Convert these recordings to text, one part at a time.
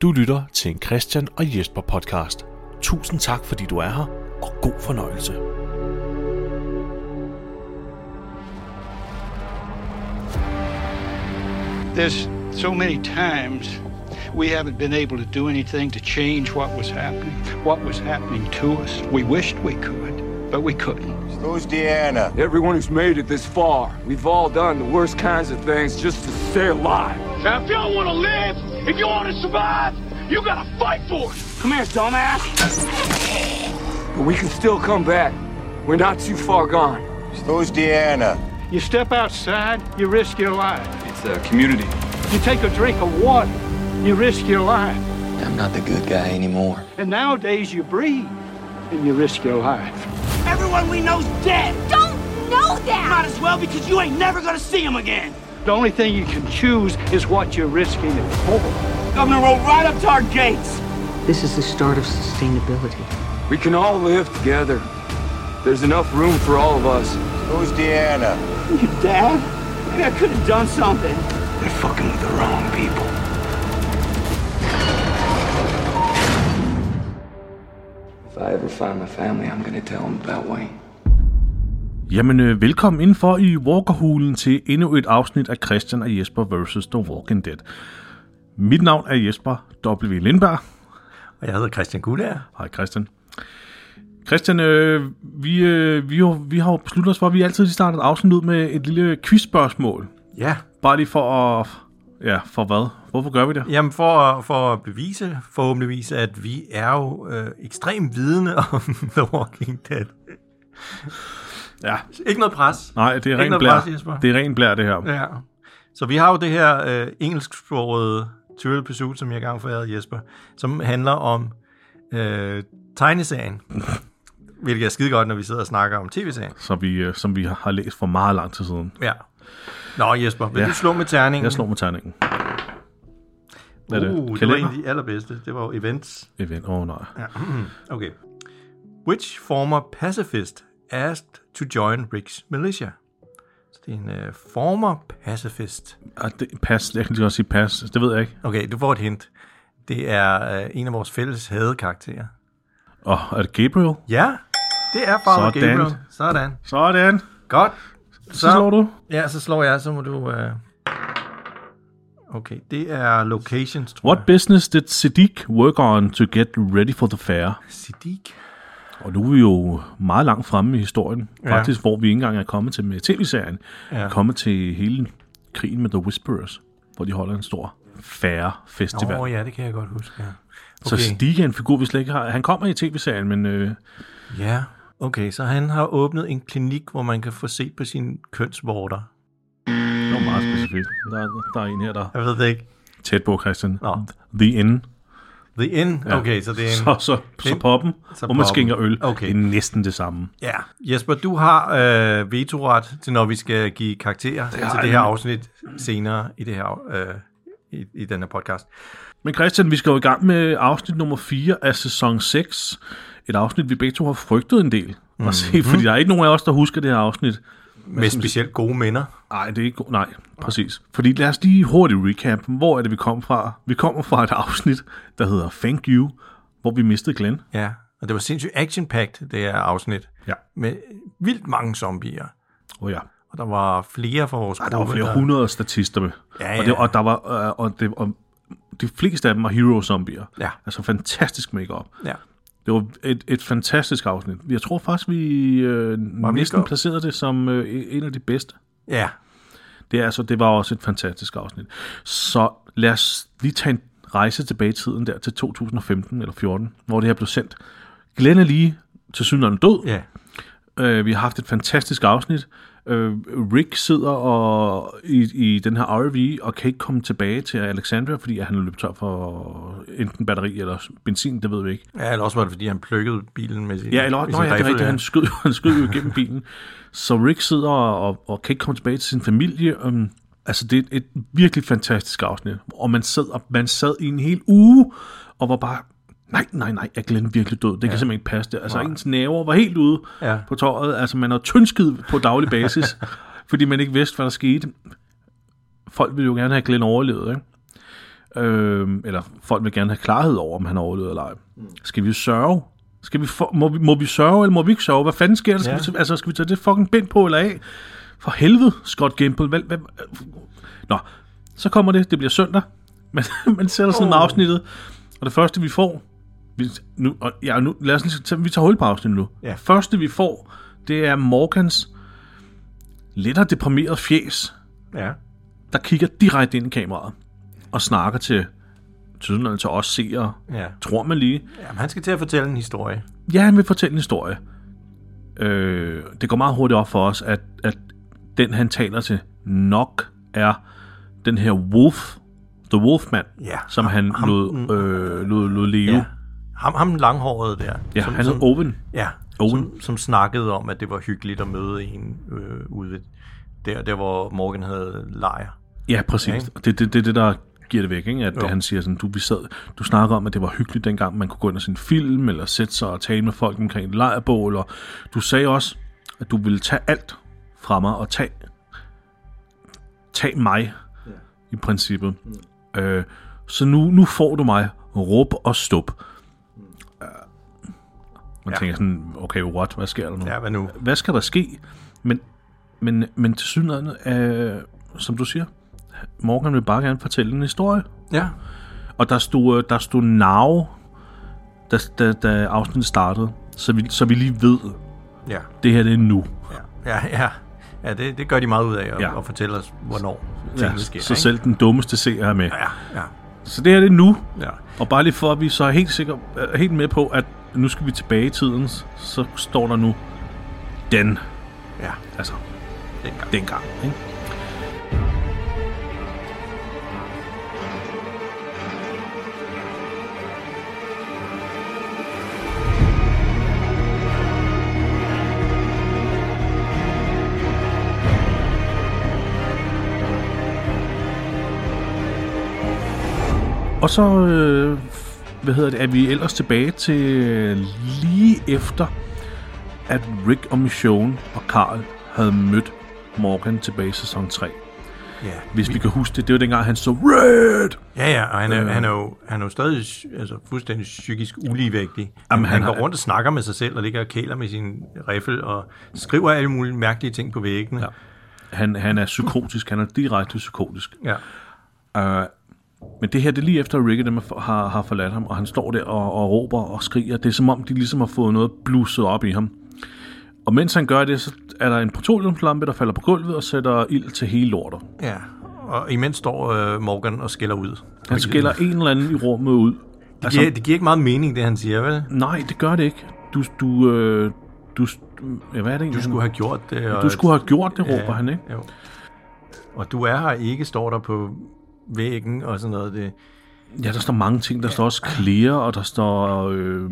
Du lytter til en Christian og Jesper podcast. Tusind tak, fordi du er her, og god fornøjelse. There's so many times we haven't been able to do anything to change what was happening to us. We wished we could, but we couldn't. Who's Deanna? Everyone who's made it this far. We've all done the worst kinds of things just to stay alive. Now, if y'all want to live, if you want to survive, you gotta fight for it. Come here, dumbass. But we can still come back. We're not too far gone. Who's Deanna? You step outside, you risk your life. It's a community. You take a drink of water, you risk your life. I'm not the good guy anymore. And nowadays you breathe, and you risk your life. Everyone we know's dead. Don't know that! Might as well, because you ain't never gonna see him again. The only thing you can choose is what you're risking it for. Governor rode right up to our gates. This is the start of sustainability. We can all live together. There's enough room for all of us. Who's Deanna? You dad? Maybe I could have done something. They're fucking with the wrong people. If I ever find my family, I'm gonna tell them about Wayne. Jamen, velkommen indenfor i Walkerhulen til endnu et afsnit af Christian og Jesper vs. The Walking Dead. Mit navn er Jesper W. Lindberg. Og jeg hedder Christian Guldager. Hej Christian. Christian, vi har besluttet os for, at vi altid starter et afsnit ud med et lille quizspørgsmål. Ja. Bare lige for at... Ja, for hvad? Hvorfor gør vi det? Jamen for at bevise, forhåbentligvis, at vi er jo ekstremt vidende om The Walking Dead. Ja. Ikke noget pres. Nej, det er ren blær. Det er ren blær, det her. Ja. Så vi har jo det her engelsksprogede Trivial Pursuit, som jeg engang forærede Jesper, som handler om tegneserien. Hvilket er skide godt, når vi sidder og snakker om tv-serien. Som vi har læst for meget lang tid siden. Ja. Nå Jesper, vil du slå med terningen? Jeg slår med terningen. Hvad er det? Det var en af de allerbedste. Det var jo events. Nej. Ja. Okay. Which former pacifist asked to join Rick's militia? Så det er en former pacifist. Jeg kan lige også sige pas. Det ved jeg ikke. Okay, du får et hint. Det er en af vores fælles hadekarakterer. Er det Gabriel? Ja, det er Father Gabriel. Sådan. Godt. Så slår du? Ja, så slår jeg. Så må du... Okay, det er locations, tror What business did Siddiq work on to get ready for the fair? Siddiq? Og nu er vi jo meget langt fremme i historien. Faktisk, hvor vi ikke engang er kommet til med tv-serien. Ja. Kommet til hele krigen med The Whisperers, hvor de holder en stor fair-festival. Ja, det kan jeg godt huske, ja. Okay. Så Siddiq er en figur, vi slet ikke har. Han kommer i tv-serien, men... Ja, okay, så han har åbnet en klinik, hvor man kan få set på sine kønsvorter. Det er meget specifikt. Der er en her, der... Jeg ved det ikke. Tæt på, Christian. Nå. The Inn. The Inn? Ja. Okay, så det er en... Så poppen, hvor man skænker øl. Okay. Det er næsten det samme. Ja. Jesper, du har vetoret til, når vi skal give karakterer til det her afsnit senere i det her i denne podcast. Men Christian, vi skal jo i gang med afsnit nummer 4 af sæson 6. Et afsnit, vi begge to har frygtet en del at se, fordi der er ikke nogen af os, der husker det her afsnit. Med specielt gode minder. Nej, det er ikke nej, præcis. Fordi lad os lige hurtigt recap. Hvor er det, vi kommer fra? Vi kommer fra et afsnit, der hedder Thank You, hvor vi mistede Glenn. Ja, og det var sindssygt action-packed, det her afsnit. Ja. Med vildt mange zombier. Ja. Og der var flere fra vores gruppe. Der var flere 100 statister med. Ja. Og de fleste af dem var hero-zombier. Ja. Altså fantastisk make-up. Ja. Det var et fantastisk afsnit. Jeg tror faktisk, vi næsten placerede det som en af de bedste. Ja. Det var også et fantastisk afsnit. Så lad os lige tage en rejse tilbage i tiden der til 2015 eller 14, hvor det her blev sendt. Glenn er lige til synligheden død. Ja. Vi har haft et fantastisk afsnit. Rick sidder i den her RV og kan ikke komme tilbage til Alexandria, fordi han er løbet tør for enten batteri eller benzin, det ved vi ikke. Ja, eller også var det, fordi han plukkede bilen med sin det er rigtigt, han skød jo igennem bilen. Så Rick sidder og kan ikke komme tilbage til sin familie. Altså, det er et virkelig fantastisk afsnit, og man sad i en hel uge og var bare... Nej, er Glenn virkelig død? Det kan simpelthen ikke passe det. Altså, ens nerver var helt ude på tøjet. Altså, man har tyndskidt på daglig basis, fordi man ikke vidste, hvad der skete. Folk ville jo gerne have Glenn overlevet, ikke? eller folk vil gerne have klarhed over, om han overlevede eller ej. Skal vi sørge? Må vi sørge, eller må vi ikke sørge? Hvad fanden sker der? Skal vi tage det fucking bind på eller af? For helvede, Scott Gimple. Nå, så kommer det bliver søndag. Man sætter sådan afsnittet. Og det første, vi får... lad os lige, vi tager hul på afsnittet nu. Ja. Det første, vi får, det er Morgans lettere deprimeret fjes, der kigger direkte ind i kameraet og snakker til os seere, tror man lige. Jamen, han skal til at fortælle en historie. Ja, han vil fortælle en historie. Det går meget hurtigt op for os, at den, han taler til, nok er den her The Wolfman, som han lod leve. Ja. Ham langhårede der. Ja, han hed Owen. Ja, Owen. Som snakkede om, at det var hyggeligt at møde en ude ved der, hvor Morgan havde lejr. Ja, præcis. Ja, det der giver det væk, ikke? At han siger sådan, du snakker om, at det var hyggeligt dengang, man kunne gå ind og se en film, eller sætte sig og tale med folk omkring et lejrbål, og du sagde også, at du ville tage alt fra mig, og tage mig, i princippet. Så nu får du mig råb og stup. Man tænker sådan, okay, what? Hvad sker der nu? Ja, hvad nu? Hvad skal der ske? Men til synligheden, som du siger, Morgan vil bare gerne fortælle en historie. Ja. Og der stod now, da afsnittet startede, så vi lige ved, det her det er nu. Ja, det gør de meget ud af at fortælle os, hvornår tingene sker. Så selv den dummeste seer er med. Ja. Så det her det er nu. Ja. Og bare lige for, at vi så er helt med på, at nu skal vi tilbage i tiden, så står der nu den. Ja. Altså, dengang. Ikke? Og så er vi ellers tilbage til lige efter, at Rick og Michonne og Carl havde mødt Morgan tilbage i sæson 3. Ja. Hvis vi kan huske det, det var dengang, han så Red! Ja, og han er jo stadig fuldstændig psykisk uligevægtig. Han går rundt og snakker med sig selv, og ligger og kæler med sin riffel, og skriver alle mulige mærkelige ting på væggene. Ja. Han er psykotisk, han er direkte psykotisk. Ja. Men det her, det er lige efter, at Rick og dem har forladt ham, og han står der og råber og skriger. Det er som om, de ligesom har fået noget blusset op i ham. Og mens han gør det, så er der en petroleumslampe, der falder på gulvet og sætter ild til hele lortet. Ja, og imens står Morgan og skælder ud. Han skælder en eller anden i rummet ud. Det giver ikke meget mening, det han siger, vel? Nej, det gør det ikke. Hvad er det egentlig? Du skulle have gjort det. Du skulle have gjort det, råber han, ikke? Jo. Og du er her ikke, står der på væggen og sådan noget. Det. Ja, der står mange ting. Der står også clear, og der står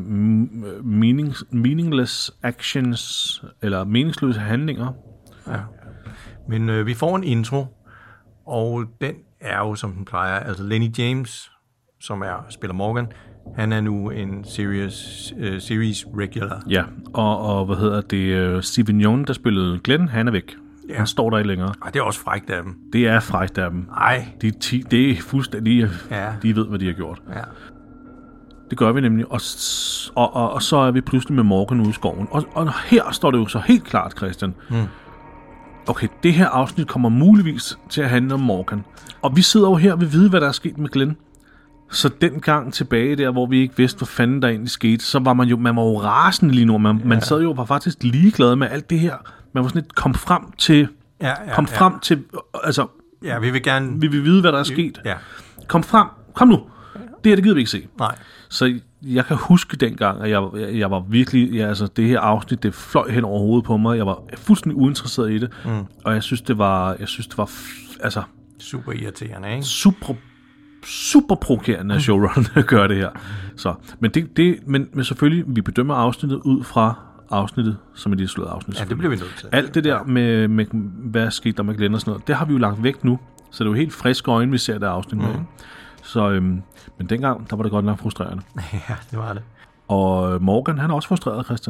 meaningless actions, eller meningsløse handlinger. Ja. Men vi får en intro, og den er jo, som den plejer. Altså Lenny James, som spiller Morgan, han er nu en series regular. Ja, og Steven Yeun, der spillede Glenn, han er væk. Ja. Han står der ikke længere. Ej, det er også frækt af dem. Det er frækt af dem. Ej. Det er fuldstændig... De ved, hvad de har gjort. Ja. Det gør vi nemlig. Og så er vi pludselig med Morgan ude i skoven. Og her står det jo så helt klart, Christian. Okay, det her afsnit kommer muligvis til at handle om Morgan. Og vi sidder jo her og vil vide, hvad der er sket med Glenn. Så den gang tilbage der, hvor vi ikke vidste, hvad fanden der egentlig skete, så var man var jo rasende lige nu. Man sad jo var faktisk ligeglad med alt det her. Man var sådan lidt, kom frem til, altså... Ja, vi vil gerne... Vi vil vide, hvad der er sket. Ja. Kom frem, kom nu. Det her, det gider vi ikke se. Nej. Så jeg kan huske dengang, at jeg var virkelig... Ja, altså, det her afsnit, det fløj hen over hovedet på mig. Jeg var fuldstændig uinteresseret i det. Og jeg synes, det var... altså... Super irriterende, ikke? Super provokerende, at showrunnerne gør det her. Så, men selvfølgelig, vi bedømmer afsnittet ud fra afsnittet, som er det slået afsnit. Ja, det bliver vi nødt til. Alt det der med hvad skete der med Glenn og sådan noget, det har vi jo lagt væk nu. Så det er jo helt friske øjne, vi ser det afsnit med. Så, men dengang, der var det godt nok frustrerende. Ja, det var det. Og Morgan, han er også frustreret, Christian.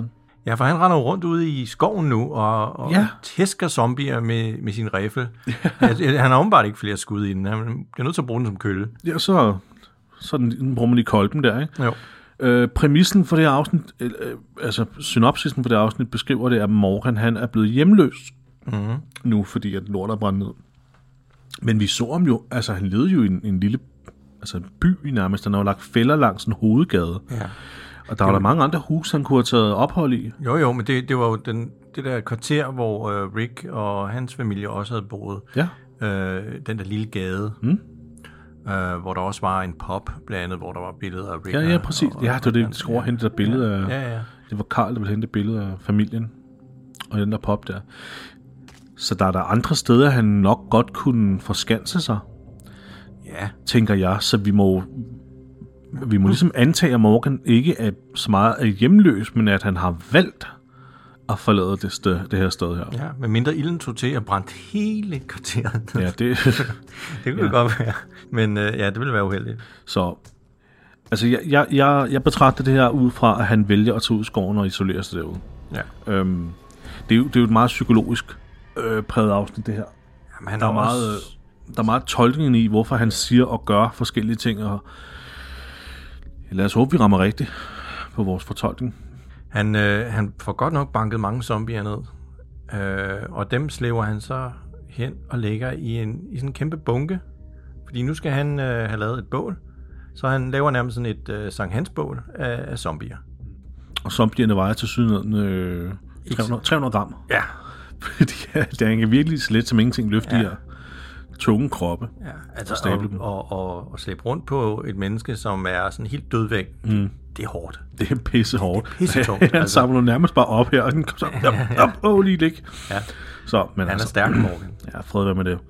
Ja, for han render rundt ude i skoven nu og tæsker zombier med sin riffel. Han har åbenbart ikke flere skud i den. Han bliver nødt til at bruge den som kølle. Ja, så den bruger man i kolben der, ikke? Jo. Præmissen for det her afsnit, altså synopsisen for det her afsnit, beskriver det, at Morgan han er blevet hjemløs nu, fordi at lort er brændt ned. Men vi så ham jo, altså han levede jo i en lille by nærmest. Han har jo lagt fælder langs en hovedgade. Ja. Og der var der mange andre huse, han kunne have taget ophold i. Jo, men det var jo det der kvarter, hvor Rick og hans familie også havde boet. Ja. Den der lille gade, hvor der også var en pub, blandt andet, hvor der var billeder af Rick. Ja, præcis. Det var det, de skulle hente der billede af... Ja. Det var Carl, der ville hente billeder af familien og den der pub der. Så der er der andre steder, han nok godt kunne forskanse sig. Ja. Tænker jeg, så vi må ligesom antage, at Morgan ikke er så meget hjemløs, men at han har valgt at forlade det her sted her. Ja, med mindre ilden tog til at brænde hele kvarteret. Ja, det kunne godt være. Men det ville være uheldigt. Så, altså jeg betragter det her ud fra, at han vælger at tage ud i skoven og isolere sig derude. Ja. Det er jo et meget psykologisk præget afsnit, det her. Jamen, der er meget tolkning i, hvorfor han siger og gør forskellige ting, og lad os håbe, vi rammer rigtigt på vores fortolkning. Han får godt nok banket mange zombier ned, og dem slæver han så hen og lægger i sådan en kæmpe bunke, fordi nu skal han have lavet et bål, så han laver nærmest sådan et Sankt Hans bål af zombier. Og zombierne vejer til sydenheden 300 gram. Ja. Fordi det er ikke virkelig slet som ingenting løfte de her tunge kroppe. Ja, altså og slæbe rundt på et menneske, som er sådan helt dødvæk, det er hårdt. Det er pisse hårdt. Det er pisse tungt. Han samler nærmest bare op her, og den kommer så lige lig. Ja. Så, men han er stærk, Morgan. Ja, fred være med det.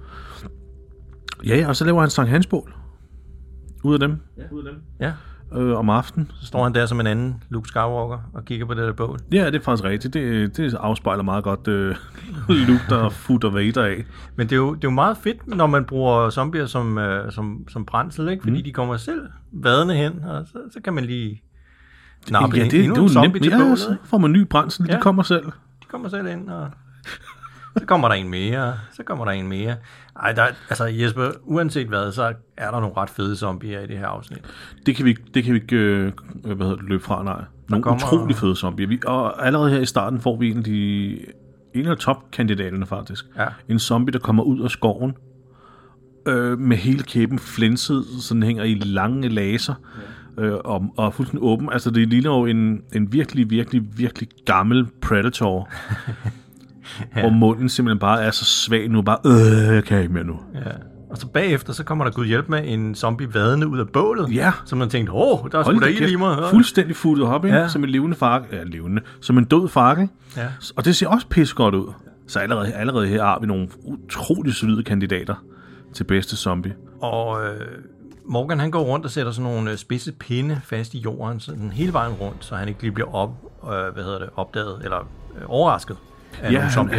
Ja, og så laver han Sankt Hans bål. Ud af dem. Ja. Om aftenen. Så står han der som en anden Luke Skywalker og kigger på det der bål. Ja, det er faktisk rigtigt. Det afspejler meget godt Luke, der futter Vader af. Men det er jo meget fedt, når man bruger zombier som brændsel, ikke? Fordi de kommer selv vadende hen, og så kan man lige nappe endnu en zombie til bålet. Så får man ny brændsel, de kommer selv. De kommer selv ind, og så kommer der en mere, Ej, altså Jesper, uanset hvad, så er der nogle ret fede zombier i det her afsnit. Det kan vi ikke løbe fra, nej. Nogle utrolig fede zombier. Og allerede her i starten får vi en af topkandidaterne faktisk. Ja. En zombie, der kommer ud af skoven med hele kæben flænset, så den hænger i lange laser og fuldstændig åben. Altså det ligner jo en virkelig, virkelig, virkelig gammel Predator. Ja. Og munden simpelthen bare er så svag nu, jeg kan ikke mere nu. Ja. Og så bagefter, så kommer der Gud hjælp med en zombie vadende ud af bålet. Ja. Så man tænkte, der er sgu da ikke lige mig. Fuldstændig futtet op, som en levende fakkel. Ja, levende. Som en død fakkel. Ja. Og det ser også pisse godt ud. Så allerede her har vi nogle utrolig solide kandidater til bedste zombie. Og Morgan, han går rundt og sætter sådan nogle spidse pinde fast i jorden, sådan hele vejen rundt, så han ikke lige bliver opdaget eller overrasket. Ja,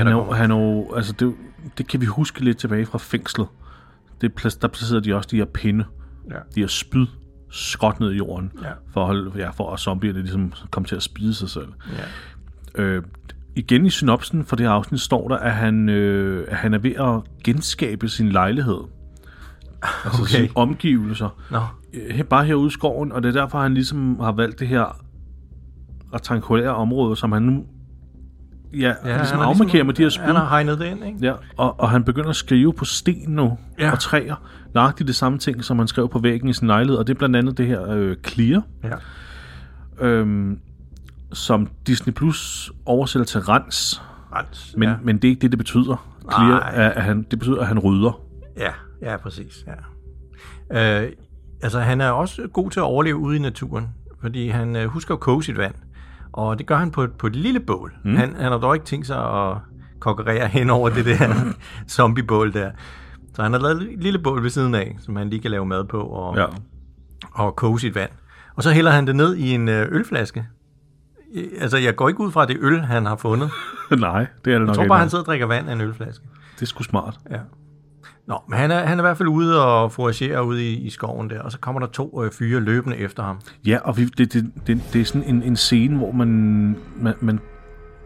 det kan vi huske lidt tilbage fra fængslet. Der placerede de også de her pinde, de her spyd, skråt ned i jorden, for at zombierne ligesom kom til at spide sig selv. Ja. Igen i synopsen for det her afsnit står der, at han er ved at genskabe sin lejlighed. Altså sine omgivelser. Bare herude i skoven, og det er derfor, han ligesom har valgt det her rektangulære område, som han nu ligesom afmarkerer med de her spyd. Han har hegnet det ind, ikke? Ja, og han begynder at skrive på sten nu, og træer. Nøjagtigt det samme ting, som han skrev på væggen i sin lejlighed, og det er blandt andet det her Clear, som Disney Plus oversætter til rens. Men det er ikke det betyder. Clear, det betyder, at han rydder. Ja, præcis. Ja. Altså, han er også god til at overleve ude i naturen, fordi han husker at koge sit vand. Og det gør han på et lille bål. Han har dog ikke tænkt sig at konkurrere hen over det der zombiebål der. Så han har lavet et lille bål ved siden af, som han lige kan lave mad på og koge sit vand. Og så hælder han det ned i en ølflaske. Altså, jeg går ikke ud fra, at det er øl, han har fundet. Nej, det er det nok ikke. Jeg tror bare, han sidder og drikker vand af en ølflaske. Det er sgu smart. Ja. Nå, men han er i hvert fald ude og foragerer ude i skoven der, og så kommer der 2 fyre løbende efter ham. Ja, og det er sådan en scene, hvor man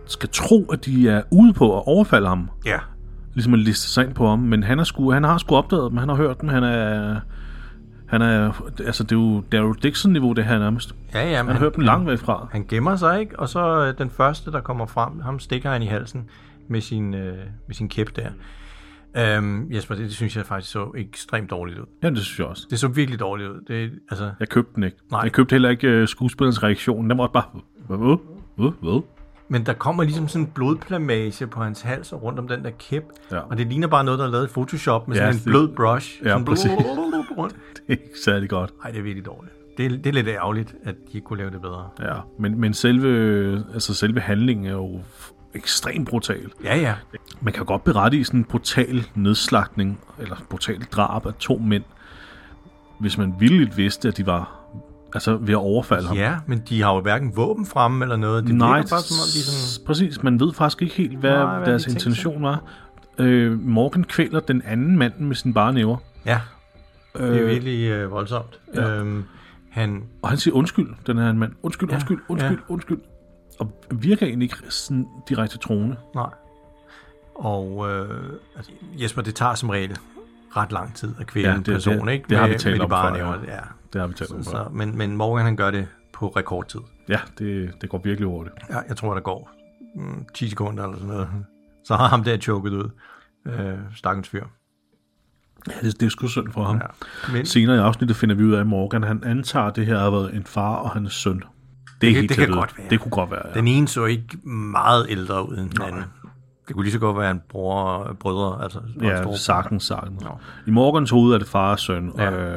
skal tro, at de er ude på at overfalde ham. Ja. Ligesom at liste sig ind på ham. Men han har sgu opdaget dem. Han har hørt dem. Han er altså det er jo Daryl Dixon-niveau, det her nærmest. Ja, han har hørt dem langt væk fra. Han gemmer sig, ikke? Og så den første, der kommer frem, ham stikker han i halsen med sin kæp der. Jesper, det synes jeg faktisk så ekstremt dårligt ud. Ja, det synes jeg også. Det så virkelig dårligt ud. Altså... Jeg købte den ikke. Nej. Jeg købte heller ikke skuespillerens reaktion. Den var bare... Hvad? Men der kommer ligesom sådan en blodplamage på hans hals og rundt om den der kæp. Ja. Og det ligner bare noget, der er lavet i Photoshop med sådan en blød brush. Ja, præcis. Rundt. Det er ikke særlig godt. Nej, det er virkelig dårligt. Det er lidt ærgerligt, at de ikke kunne lave det bedre. Ja, men selve handlingen er jo ekstremt brutal. Ja. Man kan godt berette i sådan en brutal nedslagtning, eller brutal drab af 2 mænd, hvis man vildt vidste, at de var ved at overfalde ham. Ja, men de har jo hverken våben fremme eller noget. Det Nej, bare, som om de sådan... præcis. Man ved faktisk ikke helt, hvad deres intention var. Morgan kvæler den anden mand med sine bare næver. Ja, det er virkelig voldsomt. Ja. Og han siger undskyld, den her mand. Undskyld. Og virker egentlig ikke sådan direkte troende. Nej. Og Jesper, det tager som regel ret lang tid at kvæle en person, ikke? Det har vi talt om før. Ja. Det har vi talt om før. Men Morgan, han gør det på rekordtid. Ja, det går virkelig hurtigt. Ja, jeg tror, der går 10 sekunder eller sådan noget. Så har ham der choket ud. Stakkens fyr. Ja, det er sgu synd for ham. Ja. Men... Senere i afsnittet finder vi ud af, at Morgan, han antager, at det her har været en far og hans søn. Det kan godt være. Det kunne godt være, ja. Den ene så ikke meget ældre ud end den anden. Det kunne lige så godt være en brødre. Altså, ja, sagtens. No. I Morgans hoved er det far og søn. Ja.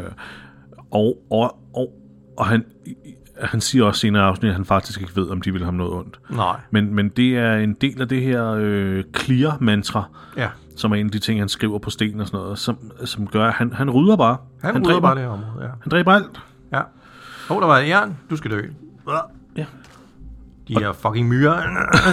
Og han siger også senere i afsnittet, at han faktisk ikke ved, om de vil ham noget ondt. Nej. Men det er en del af det her clear-mantra, som er en af de ting, han skriver på sten og sådan noget, som gør, at han rydder bare. Han dræber bare det her område, ja. Han dræber alt. Ja. Der var et jern. Du skal dø. Ja. De her fucking myrer.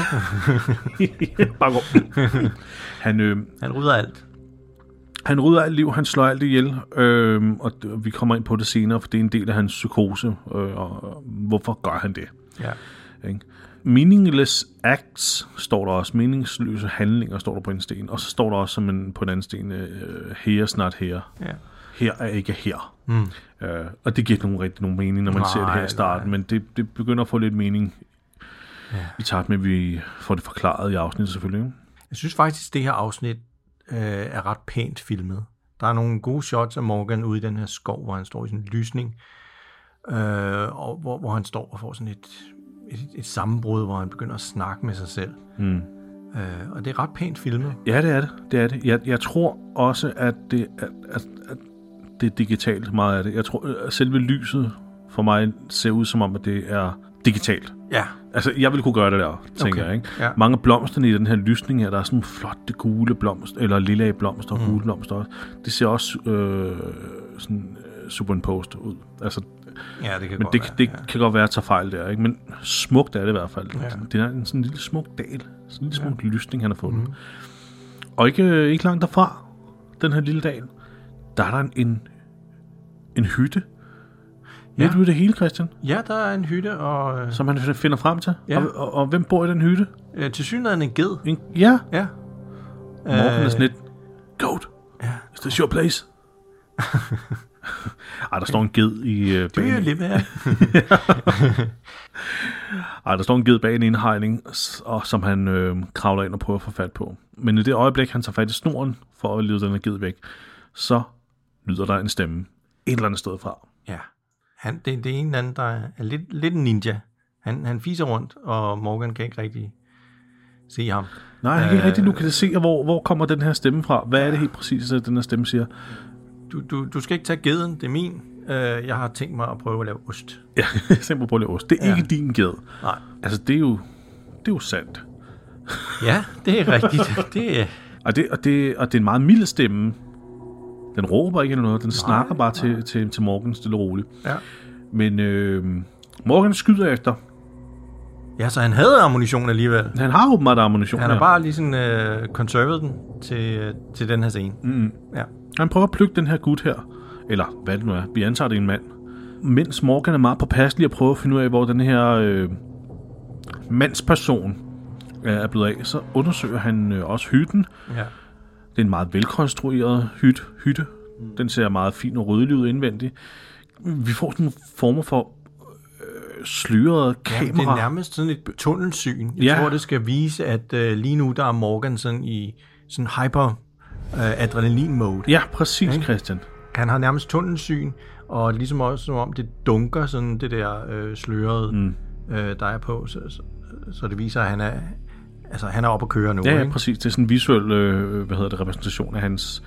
Bare gå. Han rydder alt. Han rydder alt liv, han slår alt ihjel, og vi kommer ind på det senere, for det er en del af hans psykose, og hvorfor gør han det? Ja. Ikke? Meaningless acts står der også, meningsløse handlinger står der på en sten, og så står der også på en anden sten, here's not here. Ja. Her er ikke her. Og det giver ikke rigtig nogen mening, når man ser det her i starten, men det begynder at få lidt mening i takt med, at vi får det forklaret i afsnittet selvfølgelig. Jeg synes faktisk, det her afsnit er ret pænt filmet. Der er nogle gode shots af Morgan ude i den her skov, hvor han står i sådan en lysning, og hvor han står og får sådan et sammenbrud, hvor han begynder at snakke med sig selv. Og det er ret pænt filmet. Ja, det er det. Jeg tror også, at det er digitalt meget af det. Jeg tror, at selve lyset for mig ser ud som om, at det er digitalt. Ja. Altså, jeg ville kunne gøre det der, tænker jeg, ikke? Ja. Mange af blomsterne i den her lysning her, der er sådan flotte gule blomster, eller lilla blomster og gule blomster også. Det ser også sådan superimposed ud. Altså, ja, det kan men godt det, være. Det kan godt være at tage fejl der, ikke? Men smukt er det i hvert fald. Ja. Det er sådan en lille smuk dal. Sådan en lille smuk lysning, han har fundet. Og ikke langt derfra, den her lille dal, der er der en hytte. Ved du det hele, Christian? Ja, der er en hytte, og... som han finder frem til. Ja. Og hvem bor i den hytte? Tilsyneladende en ged. Ja. Morgan er sådan lidt, Goat, is this your place? Der står en ged i bagen. Det er lidt værd. Der står en ged bag en indhegning, som han kravler ind og prøver at få fat på. Men i det øjeblik, han tager fat i snoren for at lede den her ged væk, så lyder der en stemme et eller andet sted fra. Ja. Det er en eller anden, der er lidt en ninja. Han fiser rundt, og Morgan kan ikke rigtig se ham. Nej, han kan ikke rigtig lokalisere, hvor kommer den her stemme fra. Hvad er det helt præcis, at den her stemme siger? Du skal ikke tage geden, det er min. Jeg har tænkt mig at prøve at lave ost. Ja, jeg tænker at prøve at lave ost. Det er ikke din ged. Nej. Altså, det er jo sandt. Ja, det er rigtigt. Og det er en meget mild stemme. Den råber ikke eller noget. Den snakker bare til Morgan stille og roligt. Ja. Men Morgan skyder efter. Ja, så han havde ammunition alligevel. Han har åbenbart ammunition. Han har bare lige sådan conservet den til den her scene. Ja. Han prøver at plukke den her gut her. Eller hvad det nu er. Vi antager, det er en mand. Mens Morgan er meget påpasselig at prøve at finde ud af, hvor den her mandsperson er blevet af, så undersøger han også hytten. Ja. Det er en meget velkonstrueret hytte. Den ser meget fin og rødlig ud indvendigt. Vi får sådan nogle former for sløret kamera. Ja, det er nærmest sådan et tunnelsyn. Jeg tror, det skal vise, at lige nu der er Morgan sådan i sådan hyper adrenalin-mode. Ja, præcis, Christian. Han har nærmest tunnelsyn, og ligesom også som om det dunker sådan det der slørede, der er på, så det viser, at han er oppe at køre nu. Ja, ikke? præcis. Det er sådan en visuel repræsentation af hans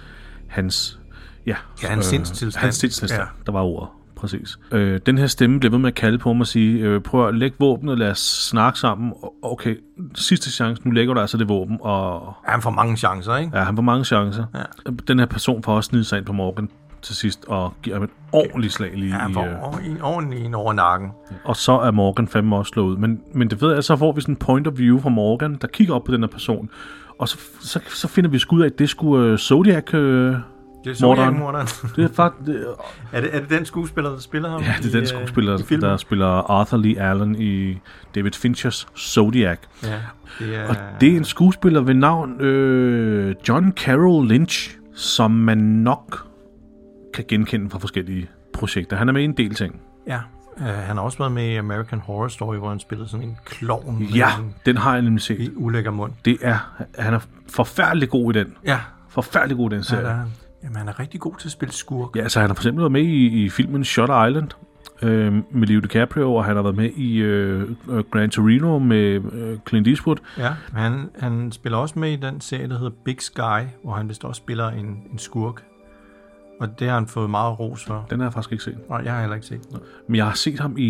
sindstilstand. Hans sindstilstand, der var ordet. Præcis. Den her stemme bliver ved med at kalde på mig og sige, prøv at lægge våbnet, lad os snakke sammen. Okay, sidste chance, nu lægger du altså det våben. Og Han får mange chancer, ikke? Ja, han får mange chancer. Ja. Den her person får også snidt sig ind på Morgan til sidst og giver ham et ordentligt slag lige. Ja, han får en over nakken. Og så er Morgan fandme også slået ud. Men det ved jeg, så får vi sådan en point of view fra Morgan, der kigger op på den her person. Og så finder vi sgu ud af, at det skulle Zodiac... Det er Zodiac-morderen. Det er faktisk... Er det den skuespiller, der spiller ham? Ja, det er den skuespiller, der spiller Arthur Lee Allen i David Finchers Zodiac. Ja, og det er en skuespiller ved navn John Carroll Lynch, som man nok kan genkende fra forskellige projekter. Han er med i en del ting. Ja, han har også været med i American Horror Story, hvor han spillede sådan en klovn. Ja, den har jeg nemlig set. I ulækker mund. Han er forfærdelig god i den. Ja. Forfærdelig god i den serie. Jamen, han er rigtig god til at spille skurk. Ja, altså han har for eksempel været med i filmen Shutter Island med Leo DiCaprio, og han har været med i Gran Torino med Clint Eastwood. Ja, han spiller også med i den serie, der hedder Big Sky, hvor han vist også spiller en skurk. Og det har han fået meget ros for. Den har jeg faktisk ikke set. Nej, jeg har heller ikke set. Men jeg har set ham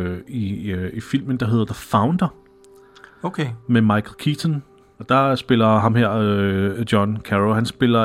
i filmen, der hedder The Founder. Okay. Med Michael Keaton. Og der spiller ham her, John Carroll, han spiller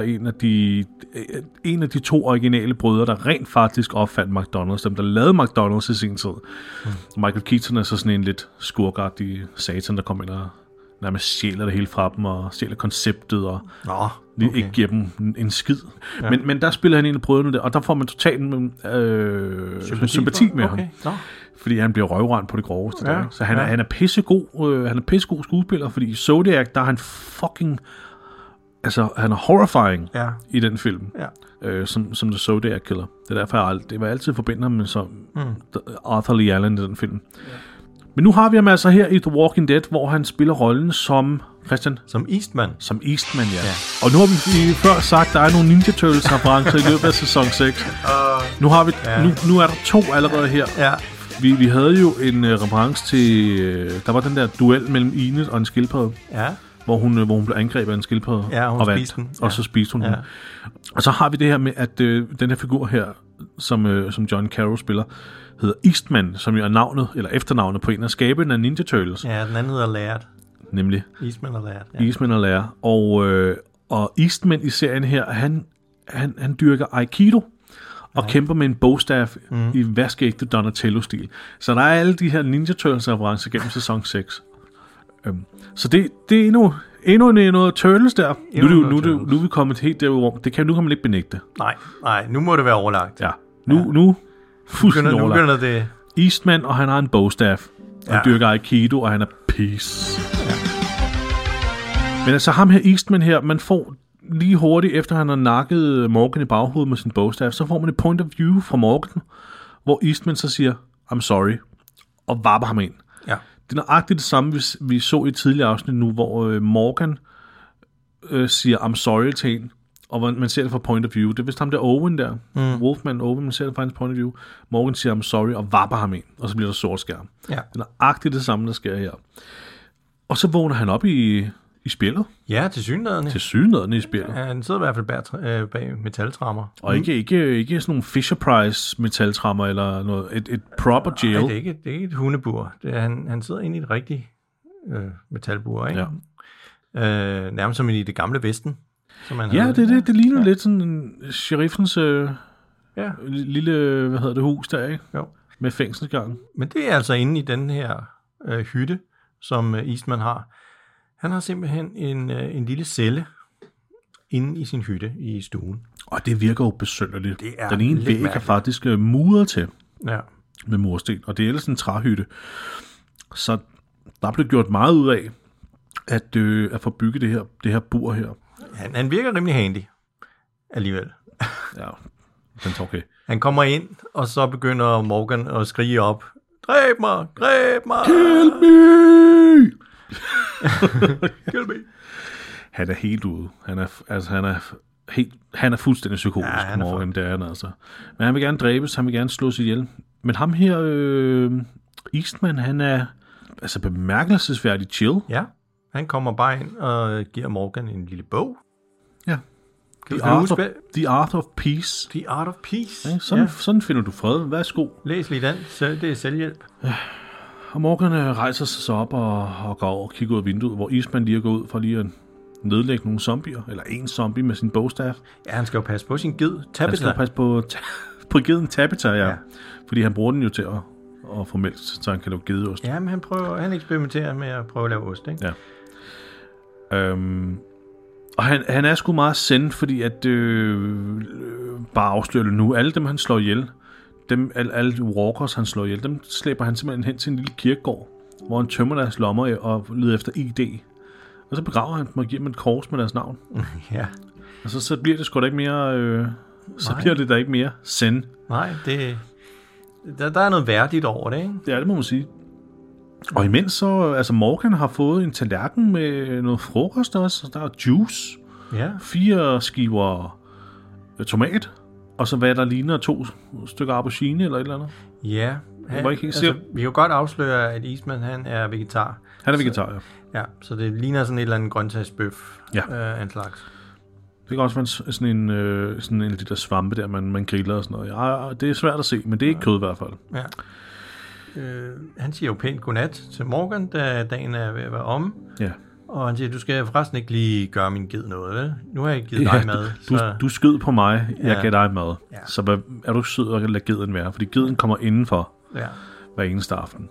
en af de 2 originale brødre, der rent faktisk opfandt McDonald's, dem der lavede McDonald's i sin tid. Michael Keaton er så sådan en lidt skurkagtig satan, der kommer ind og nærmest stjæler det hele fra dem, og stjæler konceptet, og ikke giver dem en skid. Ja. Men der spiller han en af brødrene der, og der får man totalt sympati med ham. Fordi han bliver røvrendt på det groveste. Ja, så han er pissegod skuespiller, fordi i Zodiac, der er han fucking... Altså, han er horrifying i den film, som The Zodiac Killer. Det er derfor, det var altid forbindet ham med Arthur Lee Allen i den film. Ja. Men nu har vi ham altså her i The Walking Dead, hvor han spiller rollen som... Christian? Som Eastman. Som Eastman, ja. Og nu har vi før sagt, at der er nogle Ninja Turtles-referencer i løbet af sæson 6. Nu har vi... Nu er der 2 allerede her. Ja. Vi havde jo en reference til... der var den der duel mellem Enid og en skildpadde. Ja. Hvor hun blev angrebet af en skildpadde og vandt. Og så spiste hun den. Og så har vi det her med, at den her figur her, som John Carroll spiller, hedder Eastman, som jo er navnet, eller efternavnet på en af skaberne af Ninja Turtles. Ja, den anden hedder Laird. Nemlig. Eastman og Laird. Ja. Eastman og Laird. Og Eastman i serien her, han dyrker Aikido, og kæmper med en bogstaff i vaskeægte Donatello-stil. Så der er alle de her Ninja Turtles-referencer gennem sæson 6. Så det er endnu noget Turtles der. Nu er vi kommet helt derude. Nu kan man ikke benægte. Nej, nu må det være overlagt. Ja, nu fuldstændig overlagt. Nu det. Eastman, og han har en bogstaff. Han dyrker Aikido, og han er peace. Ja. Men altså ham her, Eastman her, man får lige hurtigt, efter han har nakket Morgan i baghovedet med sin bogstaff, så får man et point of view fra Morgan, hvor Eastman så siger, I'm sorry, og vapper ham ind. Ja. Det er nøjagtigt det samme, vi så i et tidligere afsnit nu, hvor Morgan siger, I'm sorry til en, og man ser det fra point of view. Det er vist ham der Owen der, Wolfman Owen, man ser det fra hans point of view. Morgan siger, I'm sorry, og vapper ham ind, og så bliver der sort skærm. Ja. Det er nøjagtigt det samme, der sker her. Og så vågner han op i spillet. Ja, tilsyneladende. Tilsyneladende i spillet. Ja, han sidder i hvert fald bag metaltrammer. Og ikke sådan nogle Fisher Price metaltrammer eller noget. Et proper jail. Nej, det er ikke et hundebur. Han sidder inde i et rigtigt metalbur, ikke? Ja. Nærmest som i det gamle Vesten. Som man det ligner lidt sådan en sheriffens lille, hus der, ikke? Jo. Med fængselsgang. Men det er altså inde i den her hytte, som Eastman har. Han har simpelthen en lille celle inde i sin hytte i stuen. Og det virker jo besynderligt. Den ene væg er faktisk muret til med mursten, og det er ellers en træhytte. Så der blev gjort meget ud af at få bygget det her bur her. Han virker rimelig handy alligevel. Ja, den er okay. Han kommer ind, og så begynder Morgan at skrige op. Dræb mig! Dræb mig! Kill me! Kill me! Han er helt ude. Han er fuldstændig psykotisk, ja, Morgan, det er han altså. Men han vil gerne dræbes, han vil gerne slås ihjel. Men ham her, Eastman, han er altså bemærkelsesværdigt chill. Ja, han kommer bare ind og giver Morgan en lille bog. Ja. The Art of Peace. The Art of Peace. Ja, sådan finder du fred. Værsgo. Læs lige den. Det er selvhjælp. Ja. Og Morgan rejser sig så op og går over og kigger ud af vinduet, hvor Eastman lige går ud for lige at nedlægge nogle zombier, eller en zombie med sin bogstaff. Ja, han skal jo passe på sin ged, Tabitha. Han skal passe på geden Tabitha, ja. Fordi han bruger den jo til at få mælk, så han kan lave gedeost. Ja, men han eksperimenterer med at prøve at lave ost, ikke? Ja. Og han er sgu meget sendt, fordi at bare afslører det nu. Alle dem, han slår ihjel, alle walkers, han slår ihjel, dem slæber han simpelthen hen til en lille kirkegård, hvor han tømmer deres lommer og leder efter ID. Og så begraver han dem og giver dem et kors med deres navn. Ja. Og så bliver det sgu da ikke mere... bliver det da ikke mere send. Nej, der er noget værdigt over det, ikke? Ja, det må man sige. Og imens så... Altså Morgan har fået en tallerken med noget frokost også. Der er juice. Ja. 4 skiver tomat. Og så hvad der ligner 2 stykker aubergine eller et eller andet. Ja. Vi kan godt afsløre, at Eastman, han er vegetar. Han er vegetar, ja. Ja, så det ligner sådan et eller andet grøntsagsbøf af en slags. Det kan også være sådan en af de der svampe der, man griller og sådan noget. Ja, det er svært at se, men det er ikke kød i hvert fald. Ja. Han siger jo pænt godnat til Morgan, da dagen er ved at være om. Ja. Og han siger, du skal forresten ikke lige gøre min ged noget, vel? Nu har jeg givet dig mad. Du skød på mig, jeg gav dig mad. Ja. Så er du sød at lade geden være? Fordi geden kommer indenfor hver eneste aften.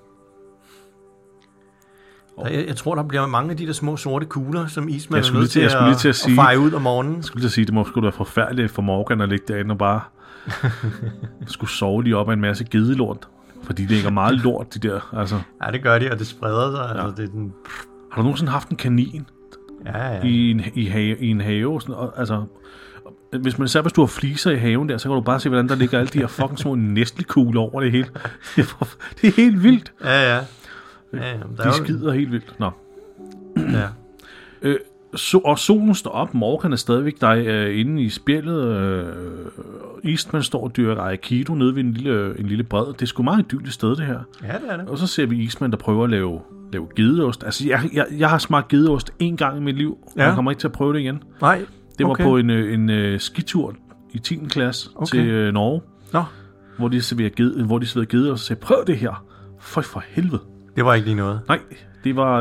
Jeg tror, der bliver mange af de der små sorte kugler, som Eastman er nødt til at feje ud om morgenen. Jeg skulle til at sige, det må sgu være forfærdeligt for Morgan at ligge derinde og bare skulle sove lige op af en masse gedelort. Fordi det ikke er meget lort, de der. Altså. Ja, det gør de, og det spreder sig. Ja. Altså, det er den... Har du nogensinde haft en kanin i en have? Sådan, og, altså, hvis du har fliser i haven der, så kan du bare se, hvordan der ligger alle de her fucking små næstelkugler over det hele. Det er helt vildt. Ja. De skider helt vildt. Nå. Ja. Og solen står op. Morgan er stadigvæk der inde i spjældet. Eastman står og dyrker aikido nede ved en lille bred. Det er sgu meget idylligt sted, det her. Ja, det er det. Og så ser vi Eastman, der prøver at lave gedeost. Altså, jeg har smagt gedeost 1 gang i mit liv. Og jeg kommer ikke til at prøve det igen. Nej. Det var på en skitur i 10. klasse til Norge. Nå. Hvor de serverede gedeost og sagde, prøv det her. For helvede. Det var ikke lige noget. Nej, det var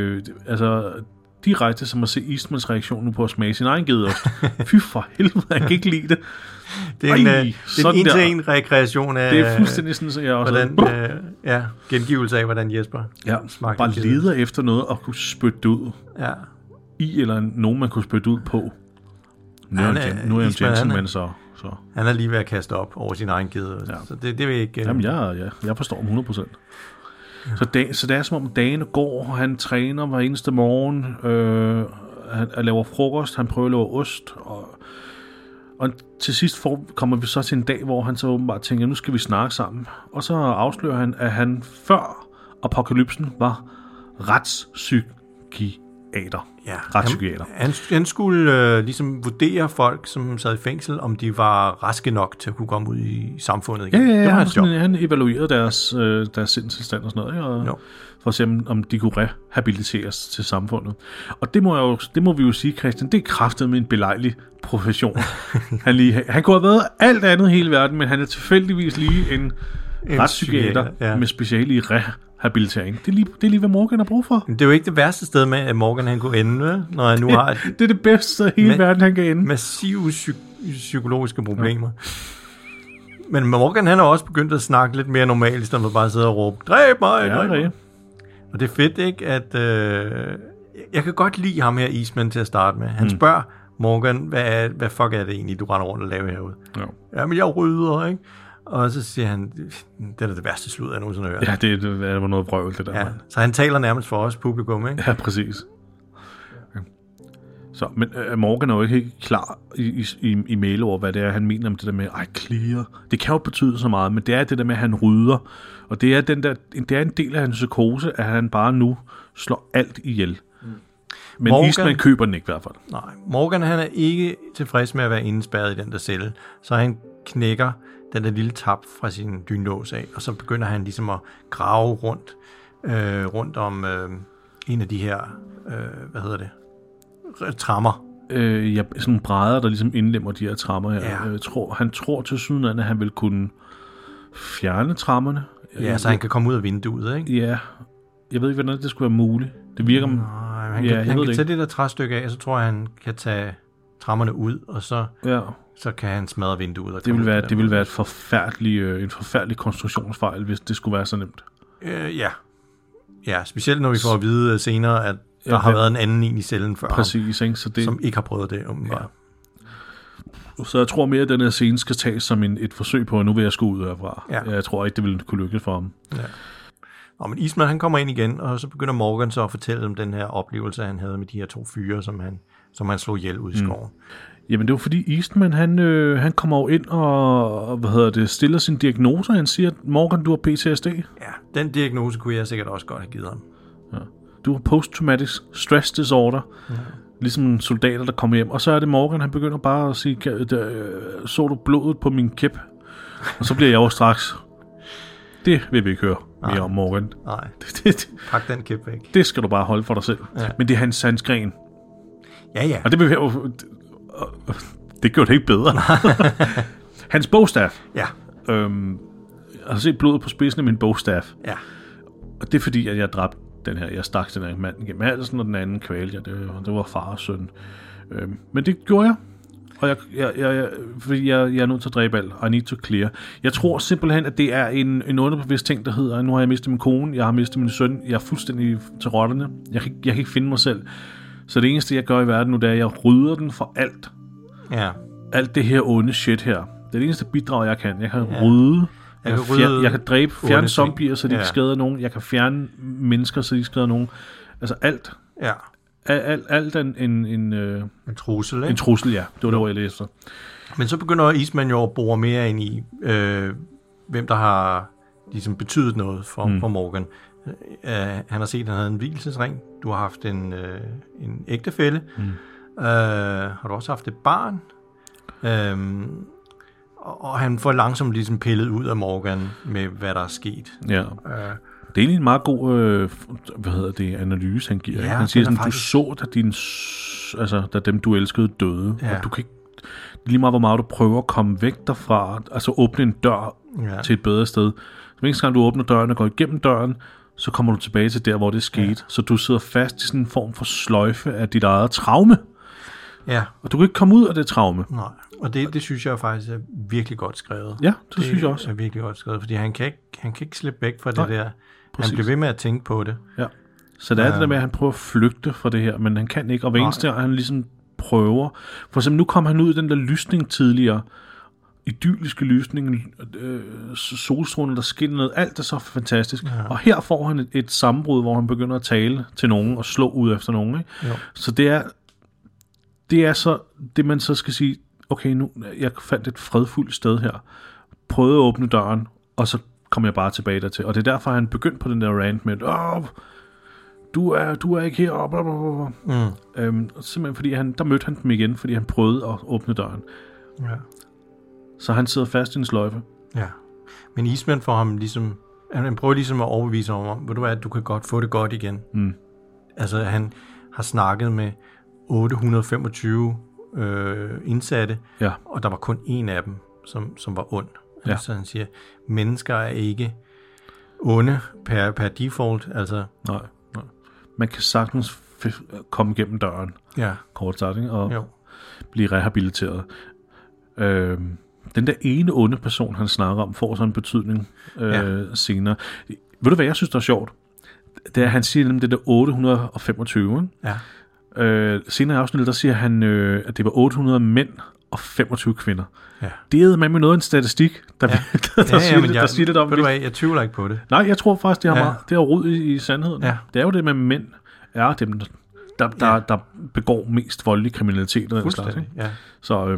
direkte som at se Eastmans reaktion nu på at smage sin egen gedeost. Fy for helvede, jeg kan ikke lide det. Det er en en rekreation af... Det er fuldstændig sådan, så jeg også... Hvordan, gengivelse af, hvordan Jesper smagte. Bare leder efter noget og kunne spytte det ud. Ja. I eller nogen, man kunne spytte ud på. Nu er jeg en gentleman, så... Han er lige ved at kaste op over sin egen gedeost. Ja. Så det vil ikke... Jamen, jeg forstår 100%. Så det er som om dagene går, han træner hver eneste morgen, han laver frokost, han prøver at lave ost, og til sidst kommer vi så til en dag, hvor han så åbenbart tænker, nu skal vi snakke sammen. Og så afslører han, at han før apokalypsen var retspsykiater. Ja, retspsykiater. Han skulle ligesom vurdere folk, som sad i fængsel, om de var raske nok til at kunne komme ud i samfundet igen. Ja, han evaluerede deres sindstilstand og sådan noget, ikke? Og for at se, om de kunne rehabiliteres til samfundet. Og det må vi jo sige, Christian, det er kraftet med en belejlig profession. Han kunne have været alt andet hele verden, men han er tilfældigvis lige en retspsykiater med speciale i rehabilitering. Det er lige, hvad Morgan har brug for. Det er jo ikke det værste sted med, at Morgan han kunne ende, når han nu har... Det er det bedste sted i hele verden, han kan ende. Massive psykologiske problemer. Ja. Men Morgan, han har også begyndt at snakke lidt mere normalt, i stedet for bare at sidde og råbe, dræb mig, dræb mig. Og det er fedt, ikke, at... jeg kan godt lide ham her, Eastman, til at starte med. Han spørger Morgan, hvad fuck er det egentlig, du render rundt og laver herude? Ja. Jamen, jeg rydder, ikke? Og så siger han, det er det værste slud, jeg nogensinde hører. Ja, det var noget vrøvl, det der. Ja, så han taler nærmest for os, publikum, ikke? Ja, præcis. Så, men Morgan er jo ikke helt klar i mail over, hvad det er, han mener om det der med, clear. Det kan jo betyde så meget, men det er det der med, at han rydder. Og det er en del af hans psykose, at han bare nu slår alt ihjel. Men Morgan, Eastman køber den ikke i hvert fald. Nej, Morgan han er ikke tilfreds med at være indespærret i den der celle, så han knækker den der lille tap fra sin dynlås af, og så begynder han ligesom at grave rundt om en af de her, trammer. Ja, sådan nogle brædder, der ligesom indlemmer de her trammer her. Ja. Han tror til syden, at han vil kunne fjerne trammerne. Ja, så han kan komme ud af vinduet, ikke? Ja, jeg ved ikke, hvordan det skulle være muligt. Det virker... Han kan tage det der træstykke af, og så tror jeg, han kan tage trammerne ud, og så kan han smadre vinduet. Og det vil være en forfærdelig konstruktionsfejl, hvis det skulle være så nemt. Ja, specielt når vi får at vide senere, at der har været en anden i cellen før præcis, ham, så det, som ikke har prøvet det. Så jeg tror mere, at den her scene skal tages som et forsøg på, at nu vil jeg skulle ud herfra. Ja. Jeg tror ikke, det ville kunne lykkes for ham. Ja. Men Eastman han kommer ind igen, og så begynder Morgan så at fortælle om den her oplevelse, han havde med de her 2 fyre, som han slog ihjel ud i skoven. Jamen det var fordi Eastman, han kommer jo ind og stiller sin diagnose, og han siger, at Morgan, du har PTSD. Ja, den diagnose kunne jeg sikkert også godt have givet ham. Ja. Du har post-traumatic stress disorder, ligesom soldater, der kommer hjem. Og så er det Morgan, han begynder bare at sige, så du blodet på min kæp? Og så bliver jeg jo straks... Det vil vi ikke høre mere om, Morgan. Nej, pak den kæp væk. Det skal du bare holde for dig selv. Ja. Men det er hans sandsgren. Ja. Og det gjorde det ikke bedre. Hans bogstaff. Ja. Jeg har set blodet på spidsen af min bogstaff. Ja. Og det er fordi, at jeg dræbte den her. Jeg stak den her mand gennem halsen, og den anden kvalte jeg. Det var far og søn. Men det gjorde jeg. Og fordi jeg er nødt til at dræbe alt. I need to clear. Jeg tror simpelthen, at det er en underbevidst ting, der hedder, nu har jeg mistet min kone, jeg har mistet min søn, jeg er fuldstændig til rotterne. Jeg kan ikke finde mig selv. Så det eneste, jeg gør i verden nu, det er, at jeg rydder den for alt. Ja. Alt det her onde shit her. Det er det eneste bidrag, jeg kan. Jeg kan rydde. Jeg kan fjerne zombier, så de ikke skader nogen. Jeg kan fjerne mennesker, så de ikke skader nogen. Altså alt. Ja. Alt en trussel, ikke? En trussel, ja. Det var det ord, jeg læste. Men så begynder Eastman jo at bore mere ind i, hvem der har ligesom betydet noget for Morgan. Han har set, at han havde en vielsesring. Du har haft en ægtefælle. Har du også haft et barn? Og han får langsomt ligesom pillet ud af Morgan med, hvad der er sket. Ja. Det er egentlig en meget god analyse, han giver. Ja, han siger sådan, faktisk... du så, da dem, du elskede, døde. Ja. Og du kan ikke, lige meget, hvor meget du prøver at komme væk derfra, altså åbne en dør til et bedre sted. Så hver gang du åbner døren og går igennem døren, så kommer du tilbage til der, hvor det skete. Ja. Så du sidder fast i sådan en form for sløjfe af dit eget traume. Ja. Og du kan ikke komme ud af det traume. Nej, og det synes jeg faktisk er virkelig godt skrevet. Ja, det synes jeg også. Det er virkelig godt skrevet, fordi han kan ikke slippe væk fra det der. Præcis. Han bliver ved med at tænke på det. Ja. Så det er det der med, at han prøver at flygte fra det her, men han kan ikke. Og hver eneste gang, han ligesom prøver. For eksempel, nu kom han ud i den der lysning tidligere. Idylliske lysning, solstråler, der skinner ned. Alt er så fantastisk. Ja. Og her får han et sammenbrud, hvor han begynder at tale til nogen og slå ud efter nogen. Ikke? Så det er så det, man så skal sige, okay, nu jeg fandt et fredfuldt sted her. Prøvede at åbne døren, og så kommer jeg bare tilbage dertil. Og det er derfor, han begyndte på den der rant med, du er ikke her. Simpelthen fordi der mødte han dem igen, fordi han prøvede at åbne døren. Ja. Så han sidder fast i en sløjfe. Ja. Men Eastman får ham ligesom, han prøver ligesom at overbevise om, ved du hvad, du kan godt få det godt igen. Altså han har snakket med 825 indsatte, og der var kun en af dem, som var ond. Ja. Altså han siger, mennesker er ikke onde per default. Altså. Nej. Man kan sagtens komme igennem døren, kort sagt, og blive rehabiliteret. Den der ene onde person, han snakker om, får sådan en betydning senere. Ved du, hvad jeg synes, der er sjovt? Det er, han siger nemlig det der 825. Ikke? Ja. Senere i afsnittet, der siger han, at det var 800 mænd og 25 kvinder. Ja. Det er med noget en statistik, der siger lidt om det. Jeg tvivler ikke på det. Nej, jeg tror faktisk, det har rod i sandheden. Ja. Det er jo det med mænd, er dem, der begår mest voldelig kriminalitet. Fuldstændig, ja. Så,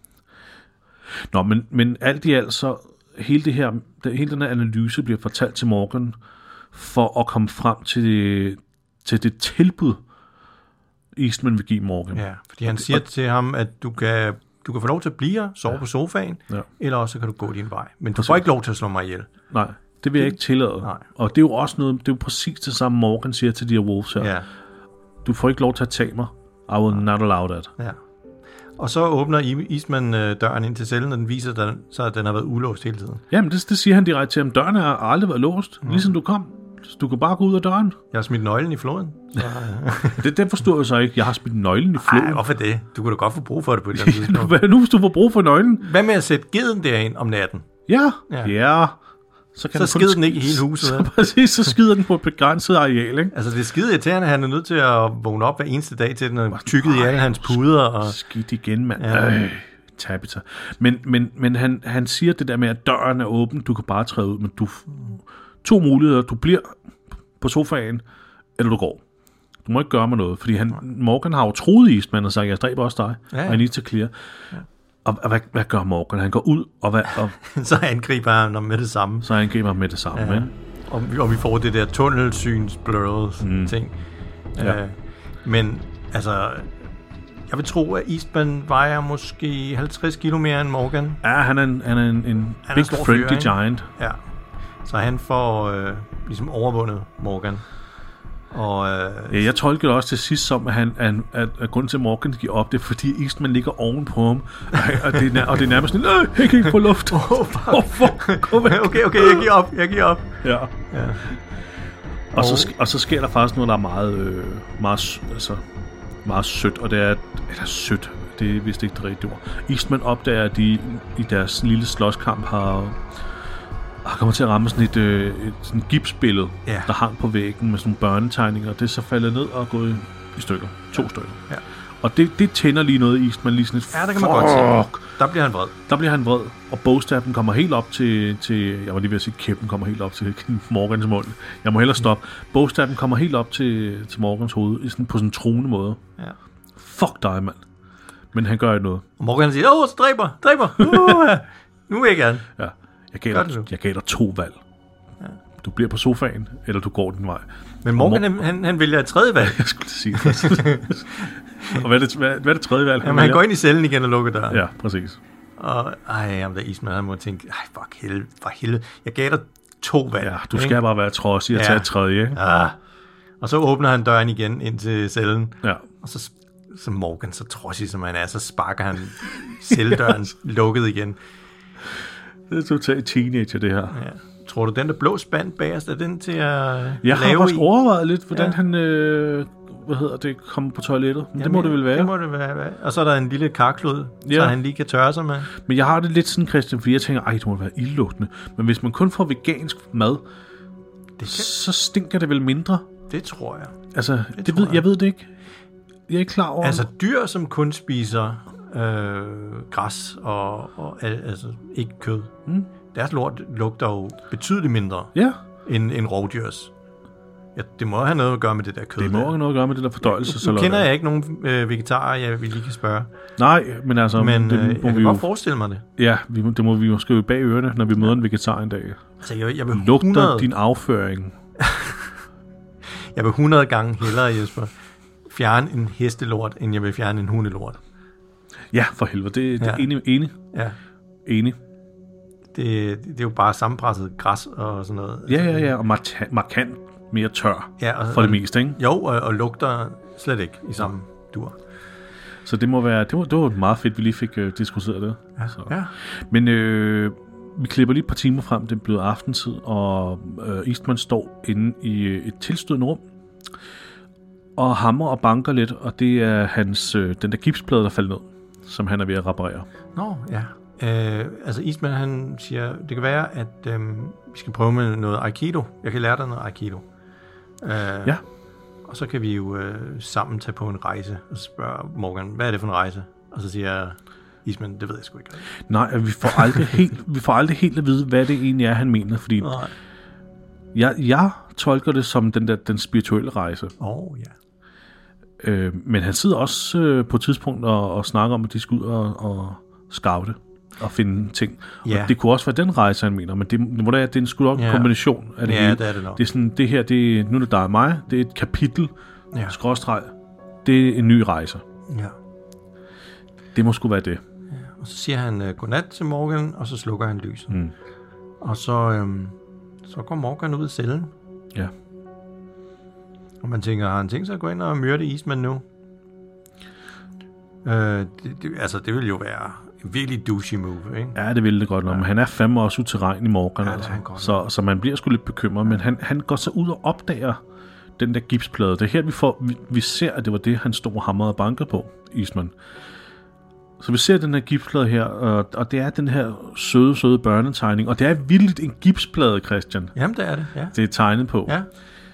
men alt i alt, så hele den her analyse bliver fortalt til Morgan, for at komme frem til det tilbud, Eastman vil give Morgan. Ja, fordi han siger til ham, at du kan få lov til at blive her, sove på sofaen, eller også kan du gå din vej. Men du får ikke lov til at slå mig ihjel. Nej, det vil jeg ikke tillade. Nej. Og det er jo også noget, det er jo præcis det samme Morgan siger til de her wolves her. Ja. Du får ikke lov til at tage mig. I will not allow that. Ja. Og så åbner Eastman døren ind til cellen, og den viser sig, at den har været ulåst hele tiden. Jamen, det siger han direkte til ham. Døren har aldrig været låst, ligesom du kom. Du kan bare gå ud af døren. Jeg har smidt nøglen i floden. Det forstår jeg så ikke. Jeg har smidt nøglen i floden. Nej, hvorfor det? Du kunne da godt få brug for det på et eller andet tidspunkt. Hvad nu, hvis du får brug for nøglen? Hvad med at sætte geden derind om natten? Ja. Så skider den ikke i hele huset. Så præcis, så skider den på et begrænset areal, ikke? Altså, det er skide irriterende, han er nødt til at vågne op hver eneste dag til, den er tykket i alle hans puder. Og... Skidt igen, mand. Ja. Tabitha. Men han siger det der med, at døren er åben, du kan bare træde ud, men du... 2 muligheder. Du bliver på sofaen, eller du går. Du må ikke gøre mig noget, fordi Morgan har jo troet Eastman og sagt, jeg dræber også dig, og I need to clear. Ja. Og hvad gør Morgan? Han går ud, og så angriber han med det samme. Ja. Og vi får det der tunnelsyns-blurrede ting. Ja. Men altså, jeg vil tro, at Eastman vejer måske 50 kilo mere end Morgan. Ja, han er en big friendly giant. Ja. Så han får ligesom overvundet Morgan. Og, jeg tolker det også til sidst som, at grunden til, at Morgan giver op, det er, fordi Eastman ligger oven på ham. Og det er nærmest sådan, jeg kan ikke få luft. Okay, jeg giver op. Ja. Og så sker der faktisk noget, der er meget sødt, og det er, eller sødt, det er vist ikke det rigtige ord. Eastman opdager, at de i deres lille slåskamp har kommet til at ramme sådan et gipsbillede, der hang på væggen med sådan nogle børnetegninger, og det er så faldet ned og gået i stykker. 2 stykker. Ja. Og det tænder lige noget i Eastman, lige sådan et det kan man godt se. Der bliver han vred. Og bogstaven kommer helt op til jeg var lige ved at sige, kæppen kommer helt op til Morgans mund. Jeg må hellere stoppe. Bogstaven kommer helt op til Morgans hoved, sådan, på sådan en truende måde. Ja. Fuck dig, mand. Men han gør ikke noget. Og Morgan siger, så dræber. Nu vil jeg gerne. Ja. Jeg gav dig 2 valg. Ja. Du bliver på sofaen, eller du går din vej. Men Morgan, han vælger et 3. valg. Jeg skulle sige det. Og hvad er det 3. valg? Jamen, han går ind i cellen igen og lukker døren. Ja, præcis. Og der Eastman, han må tænke, for helvede. Jeg gav dig 2 valg. Ja, du skal bare være trodsig og tage et 3. Ikke? Ja. Og så åbner han døren igen ind til cellen. Ja. Og så Morgan, så trodsig som han er, så sparker han celledøren lukket igen. Det er totalt teenager, det her. Ja. Tror du, den der blå spand bagerst, er den til at jeg har faktisk overvejet lidt, hvordan han kommer på toilettet. Men det må det vel være. Det må det være. Og så er der en lille karklud, så han lige kan tørre sig med. Men jeg har det lidt sådan, Christian, fordi jeg tænker, det må være ildlugtende. Men hvis man kun får vegansk mad, så stinker det vel mindre? Det tror jeg. Altså, jeg ved det ikke. Jeg er ikke klar over. Altså, dyr, som kun spiser græs og altså ikke kød. Deres lort lugter jo betydeligt mindre end rovdyrs. Ja, det må have noget at gøre med det der kød. Det må have noget at gøre med det der fordøjelse. Nu kender jeg ikke nogen vegetarer, jeg lige kan spørge. Nej, men altså... Men jeg kan godt forestille mig det. Ja, det må vi jo skrive bag ørerne, når vi møder en vegetar en dag. Altså, jeg vil lugter din afføring. Jeg vil 100 gange hellere, Jesper, fjerne en hestelort, end jeg vil fjerne en hundelort. Ja, for helvede. Det er enig. Ja. Enig. Det er jo bare sammenpresset græs og sådan noget. Ja, og markant mere tør for det meste, ikke? Jo, og lugter slet ikke i samme dur. Så det må være, det var meget fedt, vi lige fik diskuteret det. Ja. Så. Ja. Men vi klipper lige et par timer frem, det er blevet aftentid, og Eastman står inde i et tilstødende rum, og hammer og banker lidt, og det er den der gipsplade, der falder ned, som han er ved at reparere. Nå, ja. Altså Eastman, han siger, det kan være, at vi skal prøve med noget Aikido. Jeg kan lære dig noget Aikido. Ja. Og så kan vi jo sammen tage på en rejse, og spørge Morgan, hvad er det for en rejse? Og så siger Eastman, det ved jeg sgu ikke. Nej, vi får aldrig helt at vide, hvad det egentlig er, han mener, fordi jeg tolker det som den spirituelle rejse. Ja. Men han sidder også på et tidspunkt og snakker om, at de skal ud og scoute og finde ting. Ja. Og det kunne også være den rejse, han mener, men det er en sgu nok en kombination af det hele. Det er det nok. Det er sådan, det her, nu er det dig og mig, det er et kapitel, skråstreg, det er en ny rejse. Ja. Det må sgu være det. Ja. Og så siger han godnat til Morgan, og så slukker han lyset. Og så går Morgan ud i cellen. Ja. Og man tænker, har han tænkt sig at gå ind og myrde Eastman nu? Det vil jo være en virkelig douchey move, ikke? Ja, det ville det godt nok, men han er fandme også utilregnelig, Morgan. Altså. Så man bliver sgu lidt bekymret, men han går så ud og opdager den der gipsplade. Det er her, vi ser, at det var det, han stod og hamrede og bankede på, Eastman. Så vi ser den her gipsplade her, og det er den her søde børnetegning, og det er vildt en gipsplade, Christian. Jamen, det er det, ja. Det er tegnet på. Ja.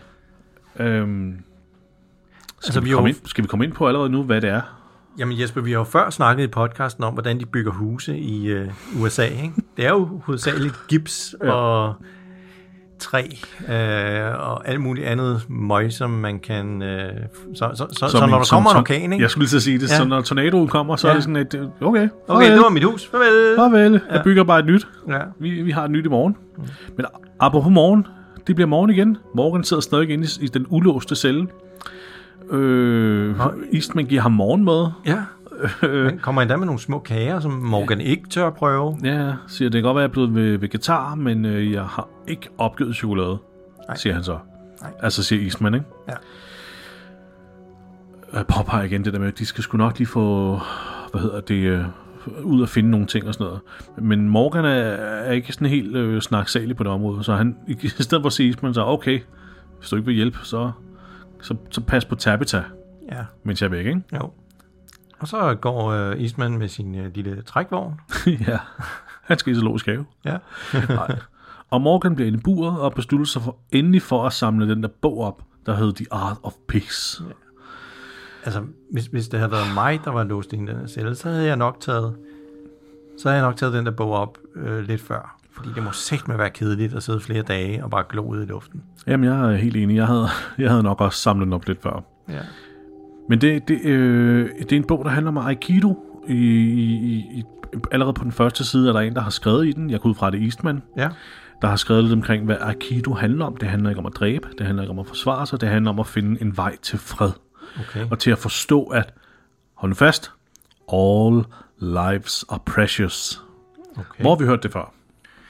Skal vi komme ind på allerede nu, hvad det er? Jamen Jesper, vi har jo før snakket i podcasten om, hvordan de bygger huse i USA, ikke? Det er jo hovedsageligt gips og træ og alt muligt andet møg, som man kan... Så når der kommer en orkan, ikke? Jeg skulle lige sige det, så når tornadoen kommer, så er det sådan, at okay, det var mit hus, farvel. Jeg bygger bare et nyt. Ja. Vi har et nyt i morgen. Men apropos morgen, det bliver morgen igen. Morgan sidder stadig inde i den ulåste celle. Eastman giver ham morgenmad. Ja. Han kommer endda med nogle små kager, som Morgan ikke tør at prøve. Ja, siger, det kan godt være, at jeg er blevet vegetar, men jeg har ikke opgivet chokolade, siger han så. Nej. Altså siger Eastman, ikke? Ja. Jeg påpeger igen det der med, at de skal sgu nok lige få, ud og finde nogle ting og sådan noget. Men Morgan er ikke sådan helt snaksalig på det område, så han, i stedet for at sige Eastman, så okay, hvis du ikke vil hjælpe, så pas på Tabitha, mens jeg er væk, ikke? Jo. Og så går Eastman med sin lille trækvogn. Ja, han skal i zoologisk have. Ja. Og Morgan bliver inde i buret og beslutter sig endelig for at samle den der bog op, der hedder The Art of Pigs. Ja. Altså, hvis det havde været mig, der var låst i den her celle, så havde jeg nok taget den der bog op lidt før. Fordi det må sætte være kedeligt at sidde flere dage og bare glo ud i luften. Jamen, jeg er helt enig. Jeg havde nok også samlet den op lidt før. Ja. Men det er en bog, der handler om Aikido. Allerede på den første side er der en, der har skrevet i den. Jeg går ud fra det Eastman. Ja. Der har skrevet lidt omkring, hvad Aikido handler om. Det handler ikke om at dræbe. Det handler ikke om at forsvare sig. Det handler om at finde en vej til fred. Okay. Og til at forstå, at hold nu fast, all lives are precious. Okay. Hvor har vi hørt det før?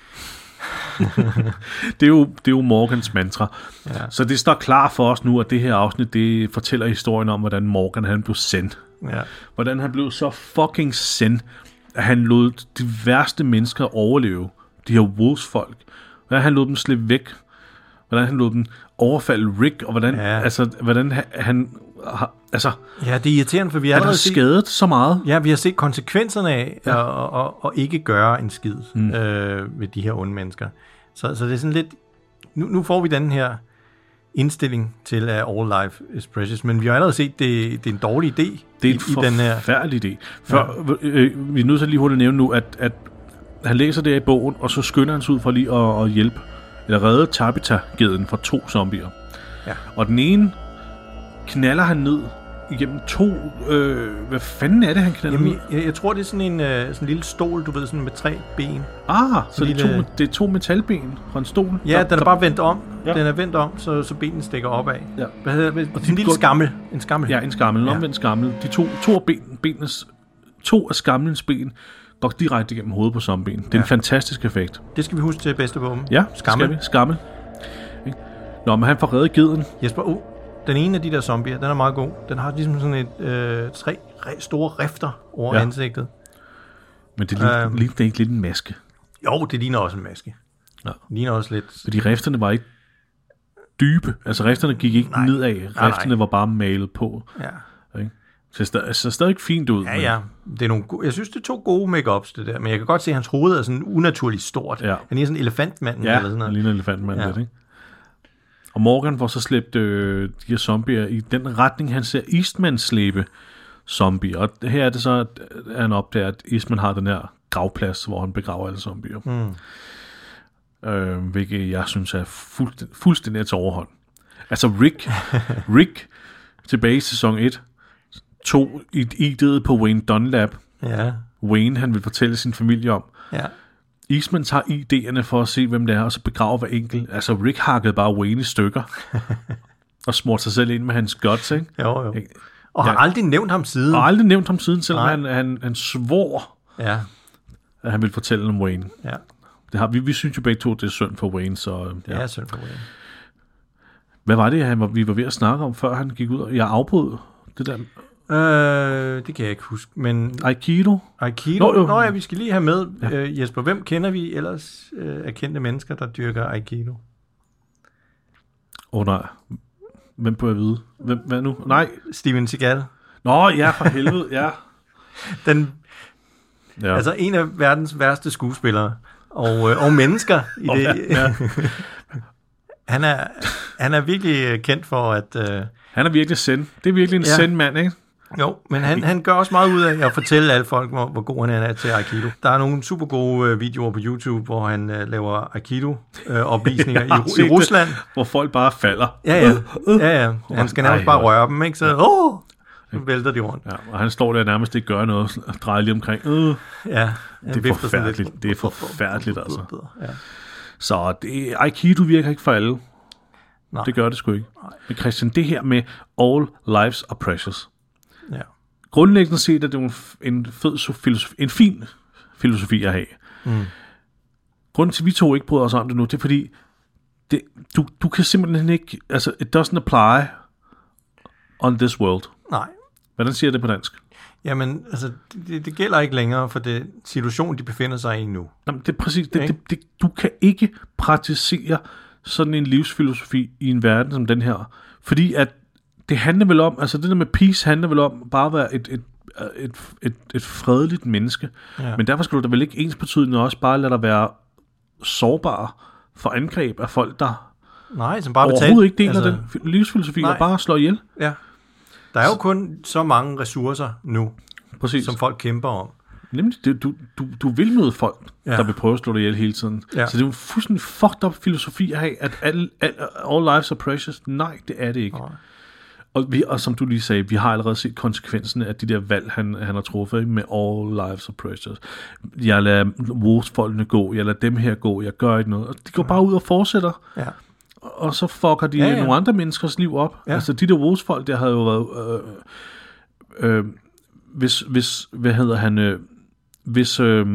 det er jo Morgans mantra. Ja. Så det står klar for os nu, at det her afsnit, det fortæller historien om, hvordan Morgan han blev sendt. Ja. Hvordan han blev så fucking sendt, at han lod de værste mennesker overleve. De her Wolves-folk. Hvordan han lod dem slippe væk. Hvordan han lod dem overfalde Rick. Og hvordan, hvordan han... ja, det er irriterende, for vi har skadet så meget. Ja, vi har set konsekvenserne af at ikke gøre en skid med de her onde mennesker. Så det er sådan lidt... Nu får vi den her indstilling til, at all life is precious, men vi har allerede set, det er en dårlig idé. Det er en forfærdelig idé. Vi er nødt til lige hurtigt at nævne nu, at han læser det i bogen, og så skynder han sig ud for lige at hjælpe, eller redde Tabitha-geden fra 2 zombier. Ja. Og den ene knaller han ned igennem 2... hvad fanden er det, han knaller ned? Jeg tror, det er sådan en lille stol, du ved, sådan med 3 ben. Så det er 2 metalben fra en stol? Ja, den er bare vendt om. Ja. Den er vendt om, så benene stikker opad. Ja. Hvad hedder det? En lille skammel. En skammel. Ja, en skammel. En omvendt skammel. De to af skamlens ben går direkte igennem hovedet på zombien. Det er en fantastisk effekt. Det skal vi huske til bedste våben. Ja, skammel. Nå, men han får reddet geden. Jesper, den ene af de der zombier, den er meget god. Den har ligesom sådan et 3 store rifter over ansigtet. Men det ligner ikke lidt en maske. Jo, det ligner også en maske. Ja. Det ligner også lidt... Fordi rifterne var ikke dybe. Altså rifterne gik ikke nedad. Rifterne var bare malet på. Ja. Ikke? Så det ser stadig fint ud. Ja. Det er jeg synes, det er 2 gode make-ups, det der. Men jeg kan godt se, at hans hoved er sådan unaturligt stort. Ja. Han er sådan en elefantmand. Ja, eller sådan noget. Han ligner en elefantmand. Lidt, ikke? Og Morgan får så slæbt de her zombier i den retning, han ser Eastman slæbe zombier. Og her er det så, at han opdager, at Eastman har den her gravplads, hvor han begraver alle zombier. Hvilket jeg synes er fuldstændig til overhånd. Altså Rick tilbage i sæson 1 tog idéet på Wayne Dunlap. Ja. Wayne, han vil fortælle sin familie om. Ja. Eastman tager idéerne for at se, hvem det er, og så begraver hver enkelt. Altså, Rick hakkede bare Wayne i stykker. Og smurte sig selv ind med hans guts, ikke? Jo. Og har aldrig nævnt ham siden. Og aldrig nævnt ham siden, selvom han svor, at han ville fortælle om Wayne. Ja. Det har, vi synes jo begge to, det er synd for Wayne, så... Det er synd for Wayne. Hvad var det, vi var ved at snakke om, før han gik ud? Jeg afbrød det der... Det kan jeg ikke huske, men... Aikido? Nå ja, vi skal lige have med. Ja. Jesper, hvem kender vi ellers af kendte mennesker, der dyrker Aikido? Nej. Hvem bør jeg vide? Hvad nu? Nej. Steven Seagal. Nå, ja, for helvede, ja. Altså en af verdens værste skuespillere, og mennesker i det. Ja. Han er virkelig kendt for, at... Han er virkelig send. Det er virkelig en send-mand, ikke? Jo, men han gør også meget ud af at fortælle alle folk, hvor god han er til Aikido. Der er nogle super gode videoer på YouTube, hvor han laver Aikido-opvisninger i Rusland. Hvor folk bare falder. Ja. Han skal nærmest bare røre dem, ikke? Så vælter de rundt. Ja, og han står der nærmest ikke gør noget, og drejer lige omkring. Ja, det er forfærdeligt. Det er forfærdeligt, altså. Ja. Så Aikido virker ikke for alle. Nej. Det gør det sgu ikke. Men Christian, det her med all lives are precious. Ja. Grundlæggende set er det en fin filosofi at have. Grunden til, at vi to ikke bryder os om det nu, det er fordi, du kan simpelthen ikke, altså, it doesn't apply on this world. Nej. Hvordan siger det på dansk? Jamen, altså, det gælder ikke længere for det situation, de befinder sig i nu. Jamen, det er præcis, du kan ikke praktisere sådan en livsfilosofi i en verden som den her. Fordi at det handler vel om, altså det der med peace handler vel om bare at være et fredeligt menneske. Ja. Men derfor skal du da vel ikke ensbetydende også bare lade dig være sårbar for angreb af folk, der som bare overhovedet ikke deler den livsfilosofi og bare slår ihjel. Ja. Der er jo kun så mange ressourcer nu, præcis, som folk kæmper om. Nemlig, du vil møde folk, der vil prøve at slå dig ihjel hele tiden. Ja. Så det er jo en fuldstændig fucked up filosofi at have, at all lives are precious. Nej, det er det ikke. Okay. Og som du lige sagde, vi har allerede set konsekvenserne af de der valg, han har truffet med all lives are precious. Jeg lader Wolves-folkene gå, jeg lader dem her gå, jeg gør ikke noget. Og de går bare ud og fortsætter. Ja. Og så fucker de nogle andre menneskers liv op. Ja. Altså de der Wolves-folk, der havde jo været... Hvis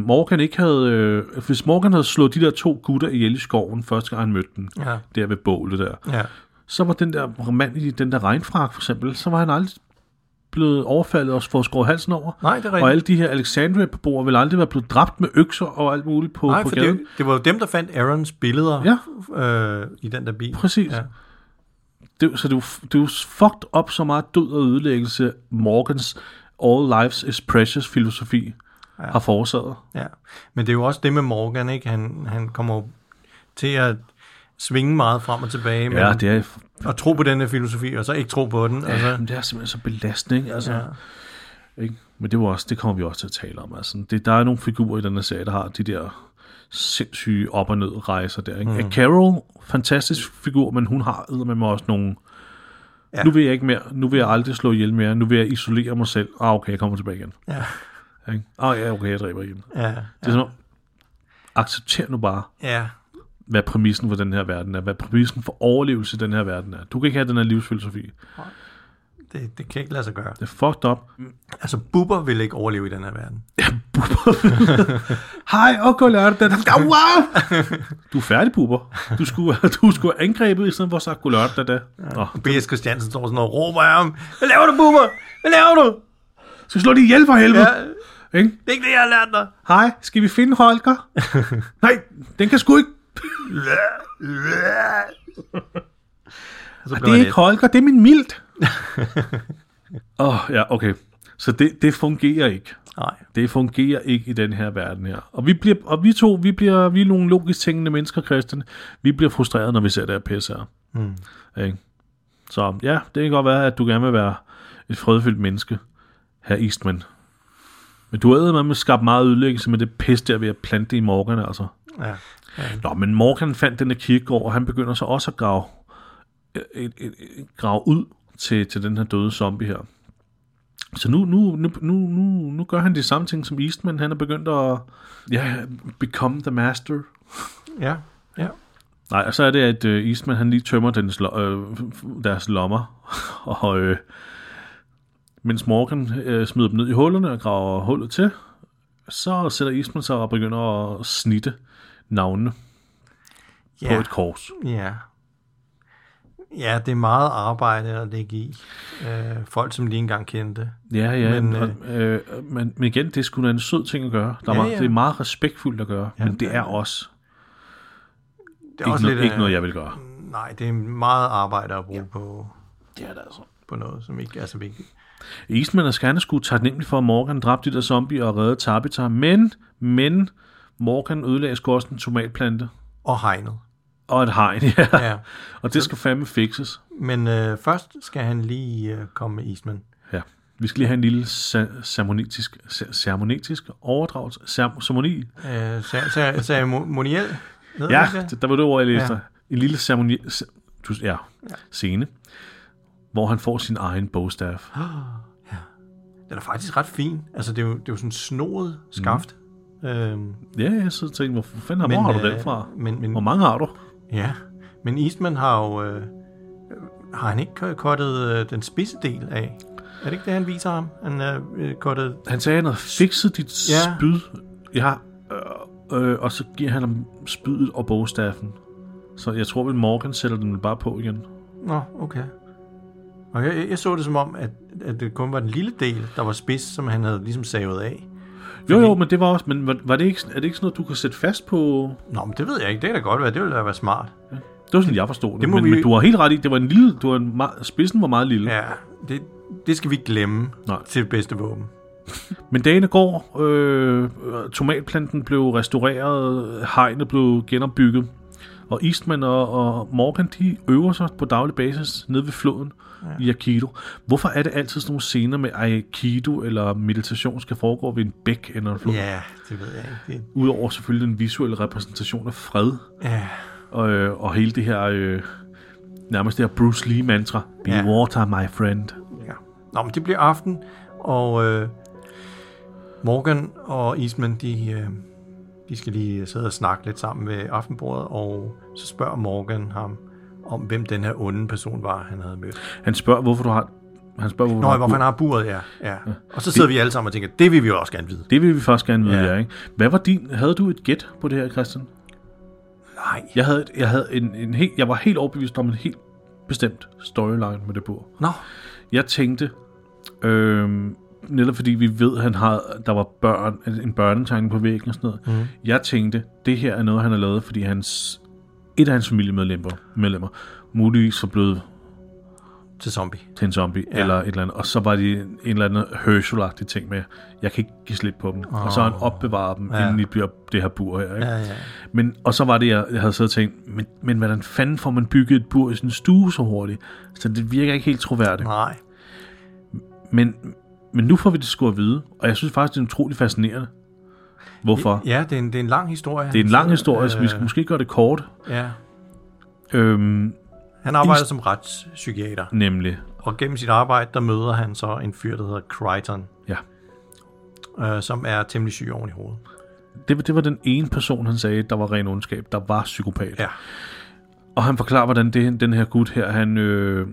Morgan havde slået de der 2 gutter ihjel i skoven, første gang han mødte dem, der ved bålet der, så var den der mand i den der regnfrak for eksempel, så var han aldrig blevet overfaldet og fået skåret halsen over. Nej, det er rigtigt. Og alle de her Alexandria-beboere ville aldrig være blevet dræbt med økser og alt muligt på gaden. Det var jo dem, der fandt Aarons billeder i den der bil. Præcis. Ja. Det er jo fucked up så meget død og ødelæggelse Morgans all lives is precious filosofi har forårsaget. Ja, men det er jo også det med Morgan, ikke? Han kommer til at svinge meget frem og tilbage med at tro på den her filosofi, og så ikke tro på den. Ja, altså. Men det er simpelthen så belastende, ikke? Altså, ikke? Men det kommer vi også til at tale om. Altså, der er nogle figurer i den her serie, der har de der sindssyge op- og ned rejser der. Ikke? Carol, fantastisk figur, men hun har med mig også nogle... Ja. Nu vil jeg ikke mere. Nu vil jeg aldrig slå ihjel mere. Nu vil jeg isolere mig selv. Okay, jeg kommer tilbage igen. Ja. Okay, jeg dræber igen. Ja. Det er sådan, accepter nu bare, hvad præmissen for den her verden er. Hvad præmissen for overlevelse i den her verden er. Du kan ikke have den her livsfilosofi. Det kan ikke lade sig gøre. Det er fucked up. Altså, Bubber vil ikke overleve i den her verden. Ja, Bubber. Hej, og lørdag. Du er færdig, Bubber. Du skulle have angrebet i stedet for at sige lørdag. B.S. Christiansen står sådan og råber af ham. Hvad laver du, Bubber? Hvad laver du? Så slå de ihjel for helvede. Ja. Ikke? Det er ikke det, jeg har lært dig. Hej, skal vi finde Holger? Nej, den kan sgu ikke. Det er ikke Holger, det er min Milt. Okay. Så det fungerer ikke. Nej. Det fungerer ikke i den her verden her. Og vi er nogle logisk tænkende mennesker, Christian. Vi bliver frustreret, når vi ser det her pisse her. Ikke? Så ja, det kan godt være, at du gerne vil være et fredfyldt menneske, herr Eastman. Men du har med skabt meget ødelæggelse med det pis der ved at plante i Morgan, altså. Ja. Nå, men Morgan fandt den der kirkegård, og han begynder så også at grave ud til den her døde zombie her. Så nu gør han de samme ting som Eastman. Han er begyndt at become the master. Ja. Nej, og så er det, at Eastman han lige tømmer deres lommer, og mens Morgan smider dem ned i hullerne og graver hullet til, så sætter Eastman sig og begynder at snitte navnene på et kors. Ja. Ja, det er meget arbejde at lægge i. Folk, som lige engang kendte. Ja, men igen, det er sgu da en sød ting at gøre. Det er meget respektfuldt at gøre, men det er også... Det er også ikke noget, jeg vil gøre. Nej, det er meget arbejde at bruge på, det er det altså. På noget, som ikke er så vigtigt. Eastman og Scanner skulle taknemmelig for, at Morgan dræbte de der zombier og reddede Tabitha, men Morgan ødelagde sgu også en tomatplante. Og hegnet. Og et hegn, ja. Og det skal fandme fikses. Men først skal han lige komme med Eastman. Ja, vi skal lige have en lille ceremonitisk overdragelse. Ceremoniel. Ja, der var det ord, jeg læste. Ja. En lille scene, hvor han får sin egen bogstav. Ja. Den er faktisk ret fin. Altså, det er jo sådan en snoet skaft. Ja, så tænkte hvor fanden har du den fra? Hvor mange har du? Ja, men Eastman har jo... har han ikke kuttet den spidse del af? Er det ikke det, han viser ham? Han sagde, han havde fikset dit spyd. Ja, og så giver han ham spydet og bogstaven. Så jeg tror vel, Morgan sætter den bare på igen. Nå, okay. Og jeg så det som om, at det kun var den lille del, der var spids, som han havde ligesom savet af. Jo, men det var også... Men er det ikke sådan noget, du kan sætte fast på... Nå, men det ved jeg ikke. Det kan da godt være. Det ville da være smart. Ja. Det var sådan, jeg forstod det. Men du har helt ret i, det var en lille... Spidsen var meget lille. Ja, det skal vi ikke glemme til bedste våben. Men dagene går. Tomatplanten blev restaureret. Hegnet blev genopbygget. Og Eastman og Morgan, de øver sig på daglig basis nede ved floden i Aikido. Hvorfor er det altid sådan nogle scener med Aikido eller meditation skal foregå ved en bæk eller en flod? Ja, det ved jeg ikke. Udover selvfølgelig den visuelle repræsentation af fred. Ja. Og hele det her, nærmest det her Bruce Lee mantra. Be water, my friend. Ja. Nå, men det bliver aften, og Morgan og Eastman, de skal lige sidde og snakke lidt sammen ved aftenbordet, og så spørger Morgan ham om, hvem den her onde person var, han havde mødt. Han spørger, hvorfor han har buret, ja. Og så sidder vi alle sammen og tænker, det vil vi jo også gerne vide. Det vil vi først gerne vide, ja. Ikke? Hvad var havde du et gæt på det her, Christian? Nej. Jeg var helt overbevist om en helt bestemt storyline med det bur. Nå. Jeg tænkte, netop fordi vi ved, der var en børnetegning på væggen og sådan noget. Jeg tænkte, det her er noget, han har lavet, fordi et af hans familiemedlemmer muligvis var blevet til en zombie eller et eller andet. Og så var de en eller anden Herschel-agtig ting med, jeg kan ikke give slip på dem. Og så har han opbevaret dem, inden de bliver det her bur her. Ikke? Ja. Og så var det, jeg havde siddet og tænkt, men hvordan fanden får man bygget et bur i sådan en stue så hurtigt? Så det virker ikke helt troværdigt. Nej. Men nu får vi det sgu at vide, og jeg synes faktisk, det er utroligt fascinerende. Hvorfor? Ja, det er en lang historie. Det er en lang historie, så vi skal måske gøre det kort. Ja. Han arbejder som retspsykiater. Nemlig. Og gennem sit arbejde, der møder han så en fyr, der hedder Crichton. Ja. Som er temmelig syg oven i hovedet. Det var den ene person, han sagde, der var ren ondskab, der var psykopat. Ja. Og han forklarer, hvordan den her gut her,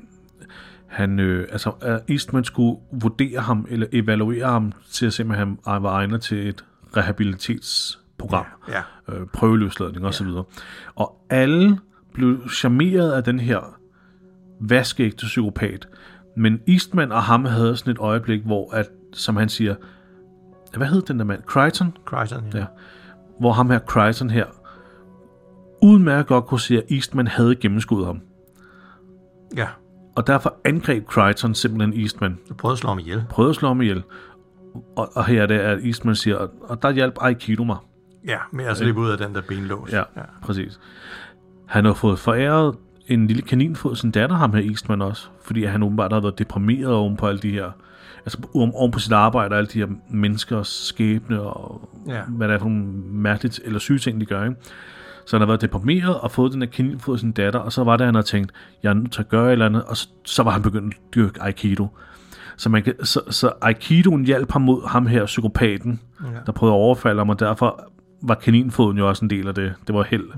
Eastman skulle vurdere ham, eller evaluere ham, til at se, om han var egnet til et rehabilitetsprogram. Ja. Prøveløsladning og så videre. Og alle blev charmeret af den her vaskeægte psykopat. Men Eastman og ham havde sådan et øjeblik, hvor, som han siger, hvad hed den der mand? Crichton, ja. Hvor ham her, Crichton her, udmærket godt kunne sige, at Eastman havde gennemskuddet ham. Ja. Og derfor angreb Crichton simpelthen Eastman. Du prøvede at slå ham ihjel. Og her er det, at Eastman siger, og der hjalp Aikido mig. Ja, med at slippe ud af den der benlås. Ja, præcis. Han har fået foræret en lille kaninfod, sin datter, ham her Eastman også, fordi han åbenbart har været deprimeret oven på alle de her, altså oven på sit arbejde og alle de her menneskers skæbne og hvad der er for nogle mærkeligt eller syge ting, de gør, ikke? Så han har været deprimeret og fået den her kaninfod af sin datter, og så var det, han havde tænkt, jeg er nødt til at gøre et eller andet, og så var han begyndt at dyrke Aikido. Så Aikidoen hjalp ham mod ham her, psykopaten, der prøvede at overfalde ham, og derfor var kaninfoden jo også en del af det. Det var held.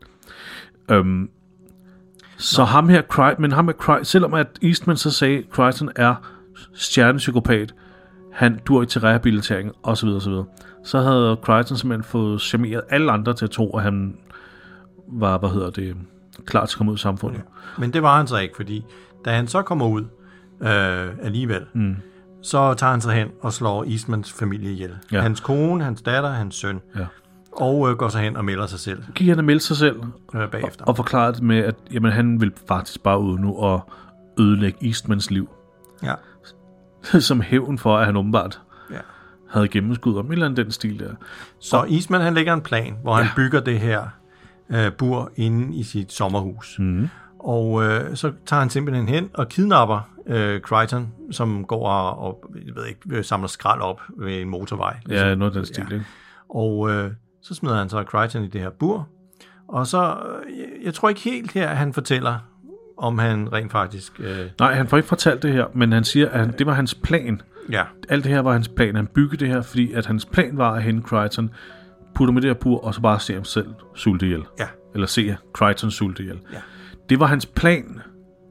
Så ham her, Crichton, selvom at Eastman så sagde, Crichton er stjernepsykopat, han dur ikke til rehabilitering, osv., så havde Crichton simpelthen fået charmeret alle andre til at tro, at han var, klar til at komme ud i samfundet. Ja. Men det var han så ikke, fordi da han så kommer ud alligevel, så tager han sig hen og slår Eastmans familie ihjel. Ja. Hans kone, hans datter, hans søn. Ja. Og går så hen og melder sig selv. Gik han og melder sig selv bagefter. Og forklarer det med, at jamen, han vil faktisk bare ud nu og ødelægge Eastmans liv. Ja. Som hævn for, at han åbenbart havde gennemskud om et eller andet den stil der. Så Eastman, han lægger en plan, hvor han bygger det her bur inde i sit sommerhus. Mm. Og så tager han simpelthen hen og kidnapper Crichton, som går og samler skrald op ved en motorvej. Ligesom. Ja, noget af den stil, ikke? Og så smider han så Crichton i det her bur. Og så, jeg tror ikke helt her, at han fortæller, om han rent faktisk... Nej, han får ikke fortalt det her, men han siger, at det var hans plan. Ja. Alt det her var hans plan. Han byggede det her, fordi at hans plan var at hente Crichton, putte med det her bur, og så bare se ham selv sulte ihjel. Ja. Eller se Crichton sulte ihjel. Ja. Det var hans plan.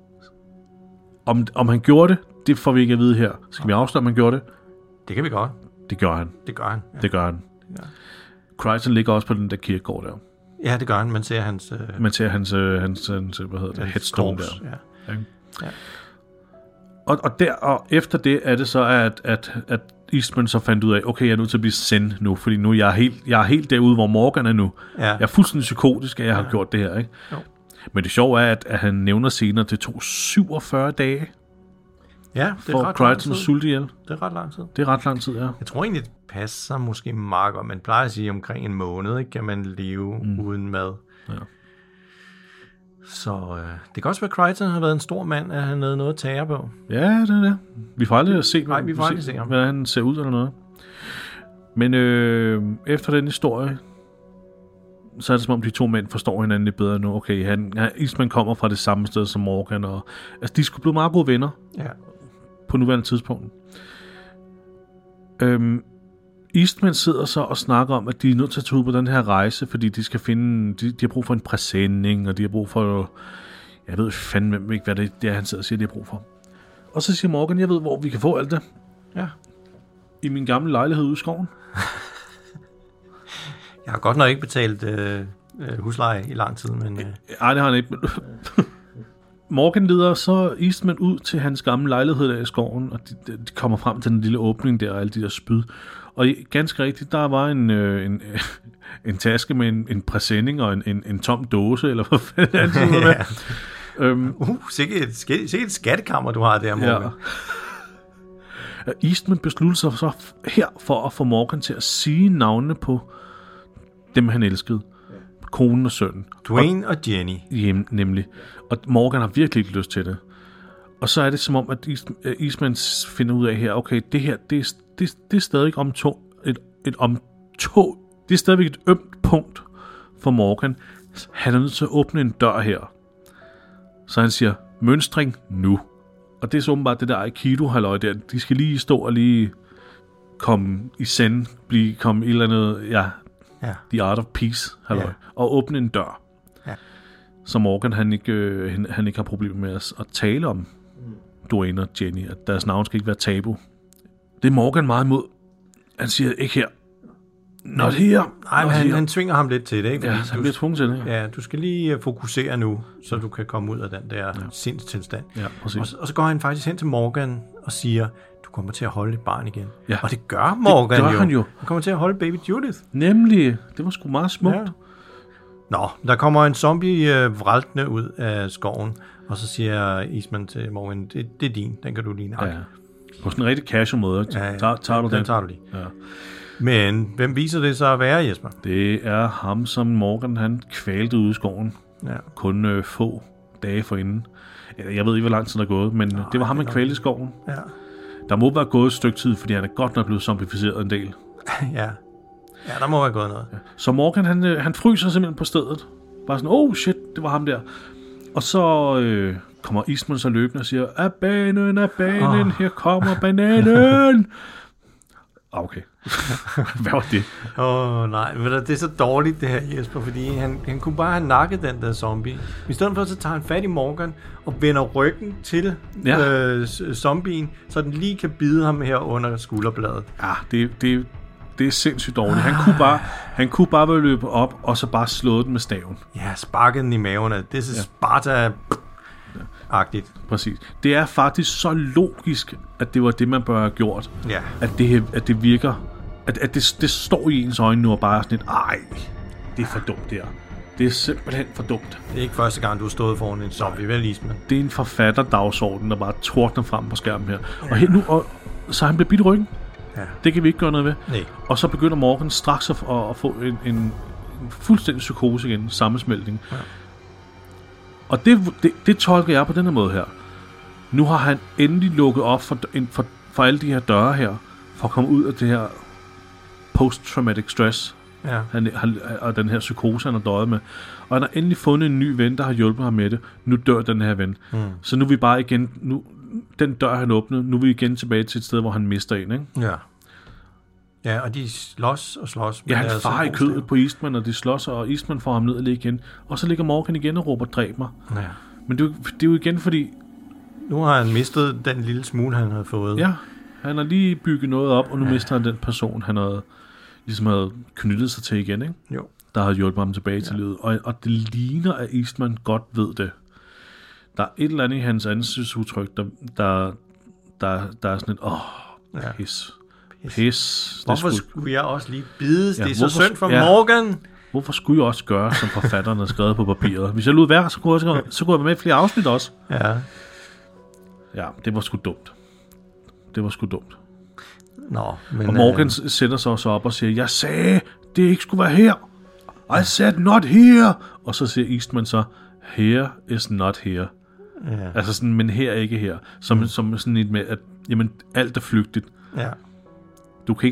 Om han gjorde det får vi ikke at vide her. Skal vi afsløre, om han gjorde det? Det kan vi godt. Det gør han. Det gør han. Ja. Det gør han. Ja. Crichton ligger også på den der kirkegård der. Ja, det gør han. Man ser hans... hvad hedder det? Headstone der. Ja. Ja. Og efter det er det så, at Eastman så fandt ud af, okay, jeg er nødt til at blive sendt nu, fordi nu jeg er helt derude, hvor Morgan er nu. Ja. Jeg er fuldstændig psykotisk, at jeg har gjort det her, ikke? Jo. Men det sjove er, at han nævner senere, det tog 47 dage. Ja, det er ret Crichton sulte ihjel. Det er ret lang tid. Det er ret lang tid, ja. Jeg tror egentlig, det passer måske meget godt. Man plejer at sige, omkring en måned, ikke, kan man leve uden mad. Ja. Så det kan også være, at Crichton har været en stor mand, at han havde noget at tage på. Ja, det er det. Vi får aldrig se, ham. Hvordan han ser ud eller noget. Men efter den historie, så er det som om de to mænd forstår hinanden lidt bedre nu. Okay, Eastman kommer fra det samme sted som Morgan, og altså, de skulle blive meget gode venner på nuværende tidspunkt. Eastman sidder så og snakker om, at de er nødt til at tage ud på den her rejse, fordi de skal finde, de har brug for en præsending, og de har brug for, jeg ved fandme ikke, hvad det er, han sidder og siger, de har brug for. Og så siger Morgan, jeg ved, hvor vi kan få alt det. Ja. I min gamle lejlighed ude i skoven. Jeg har godt nok ikke betalt husleje i lang tid, men... Nej, det har han ikke. Morgan leder så Eastman ud til hans gamle lejlighed der i skoven, og de kommer frem til den lille åbning der, og alle de der spyd. Og ganske rigtigt, der var en taske med en præsending og en tom dåse, eller hvad fanden det sikkert et skattekammer, du har der, Morgan. Ja. Eastman besluttede sig så her for at få Morgan til at sige navnene på dem, han elskede. Konen og sønnen. Dwayne og Jenny. Nemlig. Og Morgan har virkelig ikke lyst til det. Og så er det som om, at Eastman finder ud af her, okay, det her, det er stadig det er stadigvæk et ømt punkt for Morgan. Han er nødt til at åbne en dør her. Så han siger, mønstring nu. Og det er så åbenbart det der Aikido-halløj der. De skal lige stå og lige komme i send, komme i et eller andet, The Art of Peace, og åbne en dør. Ja. Så Morgan, han ikke har problemer med at tale om Dwayne og Jenny, at deres navn skal ikke være tabu. Det er Morgan meget imod. Han siger, ikke her. Not here. Nej, men han tvinger ham lidt til det, ikke? Ja, han bliver tvunget til det. Ja, du skal lige fokusere nu, så du kan komme ud af den der sindstilstand. Ja, præcis. Og så går han faktisk hen til Morgan og siger, du kommer til at holde et barn igen. Ja. Og det gør Morgan det gør han jo. Han kommer til at holde baby Judith. Nemlig. Det var sgu meget smukt. Ja. Nå, der kommer en zombie vraltende ud af skoven, og så siger Eastman til Morgan, det er din, den kan du lige nakke. Ja. På sådan en rigtig casual måde. Tager du den? Tager du lige. Ja. Men hvem viser det så at være, Jesper? Det er ham, som Morgan han kvalte ude i skoven. Ja. Kun få dage forinden. Jeg ved ikke, hvor lang tid der er gået, men det var ham, han kvalte i skoven. Ja. Der må være gået et stykke tid, fordi han er godt nok blevet zombificeret en del. Ja, der må være gået noget. Ja. Så Morgan, han fryser simpelthen på stedet. Bare sådan, oh shit, det var ham der. Og så kommer Eastman så løbende og siger, af banen, her kommer bananen. Okay. Hvad var det? Nej, men det er så dårligt det her, Jesper, fordi han kunne bare have nakket den der zombie. I stedet for, så tager han fat i Morgan og vender ryggen til zombien, så den lige kan bide ham her under skulderbladet. Ja, det er sindssygt dårligt. Han kunne bare være løbet op, og så bare slået den med staven. Ja, sparket den i maven. Det er så Sparta-agtigt. Præcis. Det er faktisk så logisk, at det var det, man bør have gjort. Ja. At det virker... At det står i ens øjne nu og bare sådan et, det er for dumt der. Det er simpelthen for dumt. Det er ikke første gang, du har stået foran en zombie, vel, Eastman? Det er en forfatterdagsorden, der bare tordner frem på skærmen her. Ja. Og her nu, så han bliver bidt i ryggen. Ja. Det kan vi ikke gøre noget ved. Nej. Og så begynder Morgan straks at få en fuldstændig psykose igen, sammensmeltning. Ja. Og det tolker jeg på den her måde her. Nu har han endelig lukket op for alle de her døre her, for at komme ud af det her post-traumatic stress, og den her psykose, han har døjet med. Og han har endelig fundet en ny ven, der har hjulpet ham med det. Nu dør den her ven. Så nu er vi bare igen... Den dør, han åbnede, nu er vi igen tilbage til et sted, hvor han mister en, ikke? Ja. Ja, og de slås. Ja, han farer i kødet på Eastman, og de slås, og Eastman får ham ned og ligge igen. Og så ligger Morgan igen og råber, dræb mig. Ja. Men det er jo igen, fordi... Nu har han mistet den lille smule, han havde fået. Ja, han har lige bygget noget op, og nu mister han den person, han havde knyttet sig til igen, ikke? Jo. Der har hjulpet ham tilbage til livet. Og det ligner, at Eastman godt ved det. Der er et eller andet i hans ansigtsudtryk, der er sådan et, pis. Hvorfor skulle jeg også lige bides? Det er så synd for Morgan. Hvorfor skulle jeg også gøre, som forfatteren har skrevet på papiret? Hvis jeg lød være, så kunne jeg være med i flere afsnit også. Ja. Ja, det var sgu dumt. Nå, men... Og Morgan sætter sig også op og siger, jeg sagde, det ikke skulle være her. I said not here. Og så siger Eastman så, here is not here. Ja. Altså sådan, men her er ikke her. Som sådan et med, at jamen, alt er flygtigt. Ja. Du kan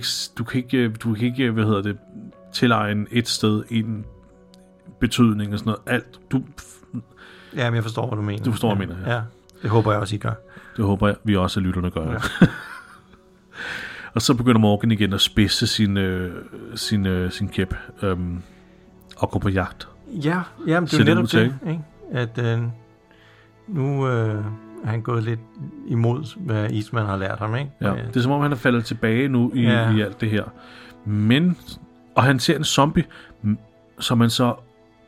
ikke, tilegne et sted en betydning og sådan noget. Alt. Ja, men jeg forstår, hvad du mener. Du forstår, hvad jeg mener. Ja. Det håber jeg også, I gør. Det håber jeg, vi også, at lytterne gør. Ja. Og så begynder Morgan igen at spidse sin kæp og gå på jagt. Ja, jamen, det er netop det, ikke? At nu er han gået lidt imod, hvad Eastman har lært ham, ikke? Ja, det er som om, han er faldet tilbage nu i alt det her. Og han ser en zombie, som man så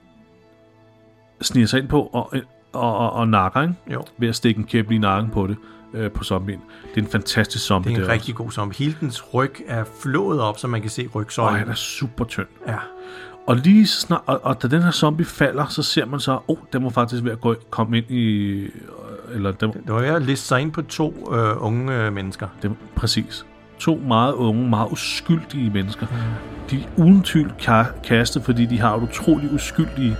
sniger sig ind på og nakker, ikke? Jo. Ved at stikke en kæp i nakken på det. På zombien. Det er en fantastisk zombie. Det er en rigtig god zombie. Hele dens ryg er flået op, så man kan se rygsøjlen. Og han er super tynd. Ja. Og lige snart, og da den her zombie falder, så ser man så, den var faktisk ved at komme ind i... Det var ved at liste sig ind på 2 unge mennesker. Præcis. 2 meget unge, meget uskyldige mennesker. De er uden tvivl kastet, fordi de har et utroligt uskyldige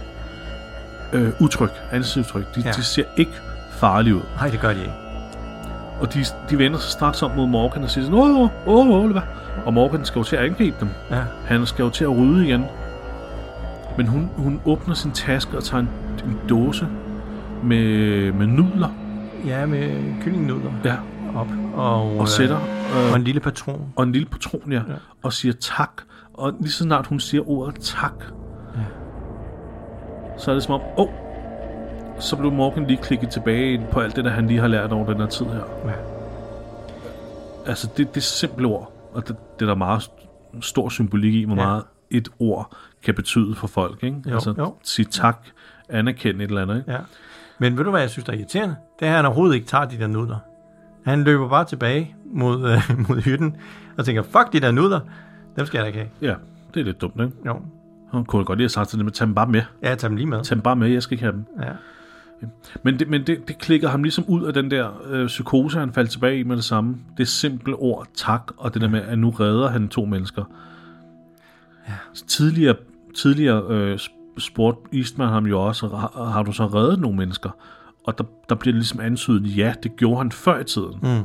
ansigtsudtryk. De ser ikke farlige ud. Nej, det gør de ikke. Og de vender sig straks om mod Morgan og siger sådan, og Morgan skal jo til at angribe dem. Ja. Han skal jo til at rydde igen. Men hun åbner sin taske og tager en dåse med nudler. Ja, med kyllingnudler. Ja. Op. Og sætter... og en lille patron. Og en lille patron, ja. Og siger tak. Og lige så snart hun siger ordet tak, så er det som om, så blev Morgan lige klikket tilbage på alt det, der han lige har lært over den her tid her. Ja. Altså, det er simple ord, og det er der meget stor symbolik i, hvor meget et ord kan betyde for folk, ikke? Jo. Sige tak, anerkende et eller andet, ikke? Ja. Men ved du, hvad jeg synes, der er irriterende? Det er, at han overhovedet ikke tager de der nudler. Han løber bare tilbage mod hytten, og tænker, fuck de der nudler, dem skal jeg da ikke have. Ja, det er lidt dumt, ikke? Jo. Han kunne godt lige have sagt til dem, tag dem bare med. Ja, tag dem lige med. Tag dem bare med, jeg skal ikke have dem. Ja. Men det klikker ham ligesom ud af den der psykose, han faldt tilbage i med det samme. Det simple ord, tak, og det der med, at nu redder han 2 mennesker. Ja. Tidligere spurgte Eastman ham jo også, har du så reddet nogle mennesker? Og der bliver det ligesom antydet, ja, det gjorde han før i tiden.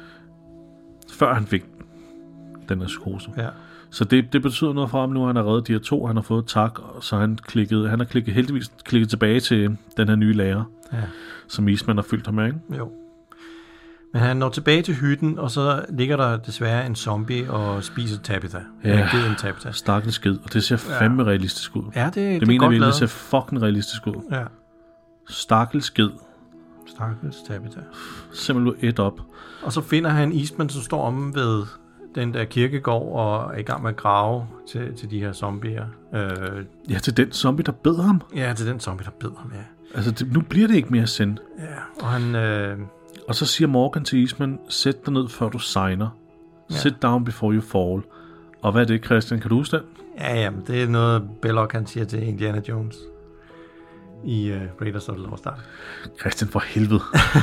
Før han fik den her psykose. Ja. Så det betyder noget for ham nu, han har reddet de her 2, han har fået tak, så han har heldigvis klikket tilbage til den her nye lærer. som Eastman har fyldt ham med, ikke? Jo. Men han når tilbage til hytten, og så ligger der desværre en zombie og spiser Tabitha. Ja, Tabitha. Stakkels skid, og det ser fandme realistisk ud. Ja, det mener godt vi, lavet. det ser fucking realistisk ud. Ja. Stakkels skid. Stakkels Tabitha. Simpelthen et op. Og så finder han Eastman, som står om ved den der kirkegård og er i gang med at grave til de her zombier. Ja, til den zombie, der bed ham. Ja, til den zombie, der bed ham, ja. Altså, nu bliver det ikke mere sind. Ja, og han... Og så siger Morgan til Eastman, sæt dig ned, før du signer. Sit down before you fall. Og hvad er det, Christian? Kan du huske den? Ja, men det er noget, Belloc han siger til Indiana Jones i Raiders of the Lost Ark. Christian, for helvede.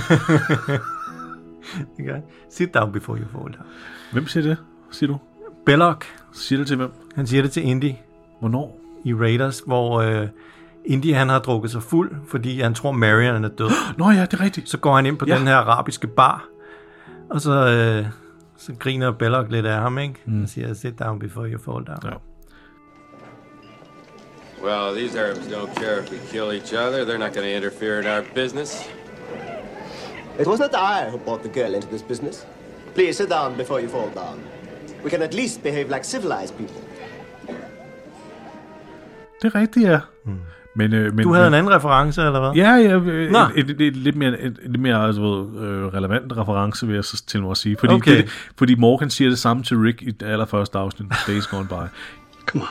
Okay. Sit down before you fall down. Hvem siger det, siger du? Belloc. Siger det til hvem? Han siger det til Indy. Hvornår? I Raiders, hvor Indy han har drukket sig fuld, fordi han tror Marion er død. Nå ja, det er rigtigt. Så går han ind på den her arabiske bar, og så griner Belloc lidt af ham, ikke? Og siger, sit down before you fall down. Ja. Well, these Arabs don't care if we kill each other. They're not going to interfere in our business. It was not I who brought the girl into this business. Please sit down before you fall down. We can at least behave like civilized people. Det er rigtigt, ja. Men, du havde en anden reference, eller hvad? Ja, et lidt mere altså, relevant reference, vil jeg så til mig at sige. Fordi, fordi Morgan siger det samme til Rick i det allerførste afsnit, Days Gone By. Come on.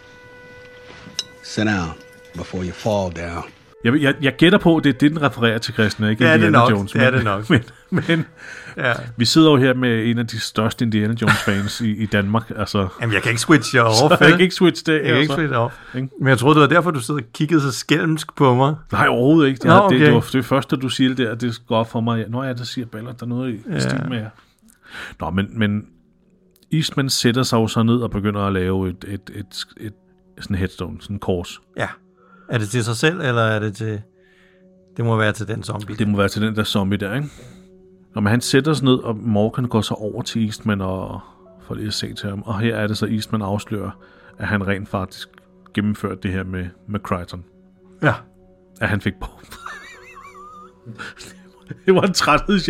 Sit down before you fall down. Jeg gætter på, det er det, den refererer til, Christian, ikke? Ja, Indiana det er nok. Jones. Det er det nok. Men vi sidder jo her med en af de største Indiana Jones-fans i Danmark. Altså, jamen, jeg kan ikke switche off. Jeg kan ikke switche det. Jeg kan ikke switche off. Men jeg troede, det var derfor, du sidder og kiggede så skælmsk på mig. Nej, overhovedet ikke. Det var det første, du siger det, at det går op for mig. Nå ja, det siger Bella, der er noget i stil med jer. Nå, men Eastman sætter sig jo så ned og begynder at lave et sådan en headstone, sådan en kors. Ja. Er det til sig selv, eller er det til... Det må være til den zombie. Det må være til den der zombie der, ikke? Når han sætter sig ned, og Morgan går så over til Eastman og får lige at se til ham. Og her er det så, Eastman afslører, at han rent faktisk gennemførte det her med Crichton. Ja. At han fik på. Det var en træthedsjær.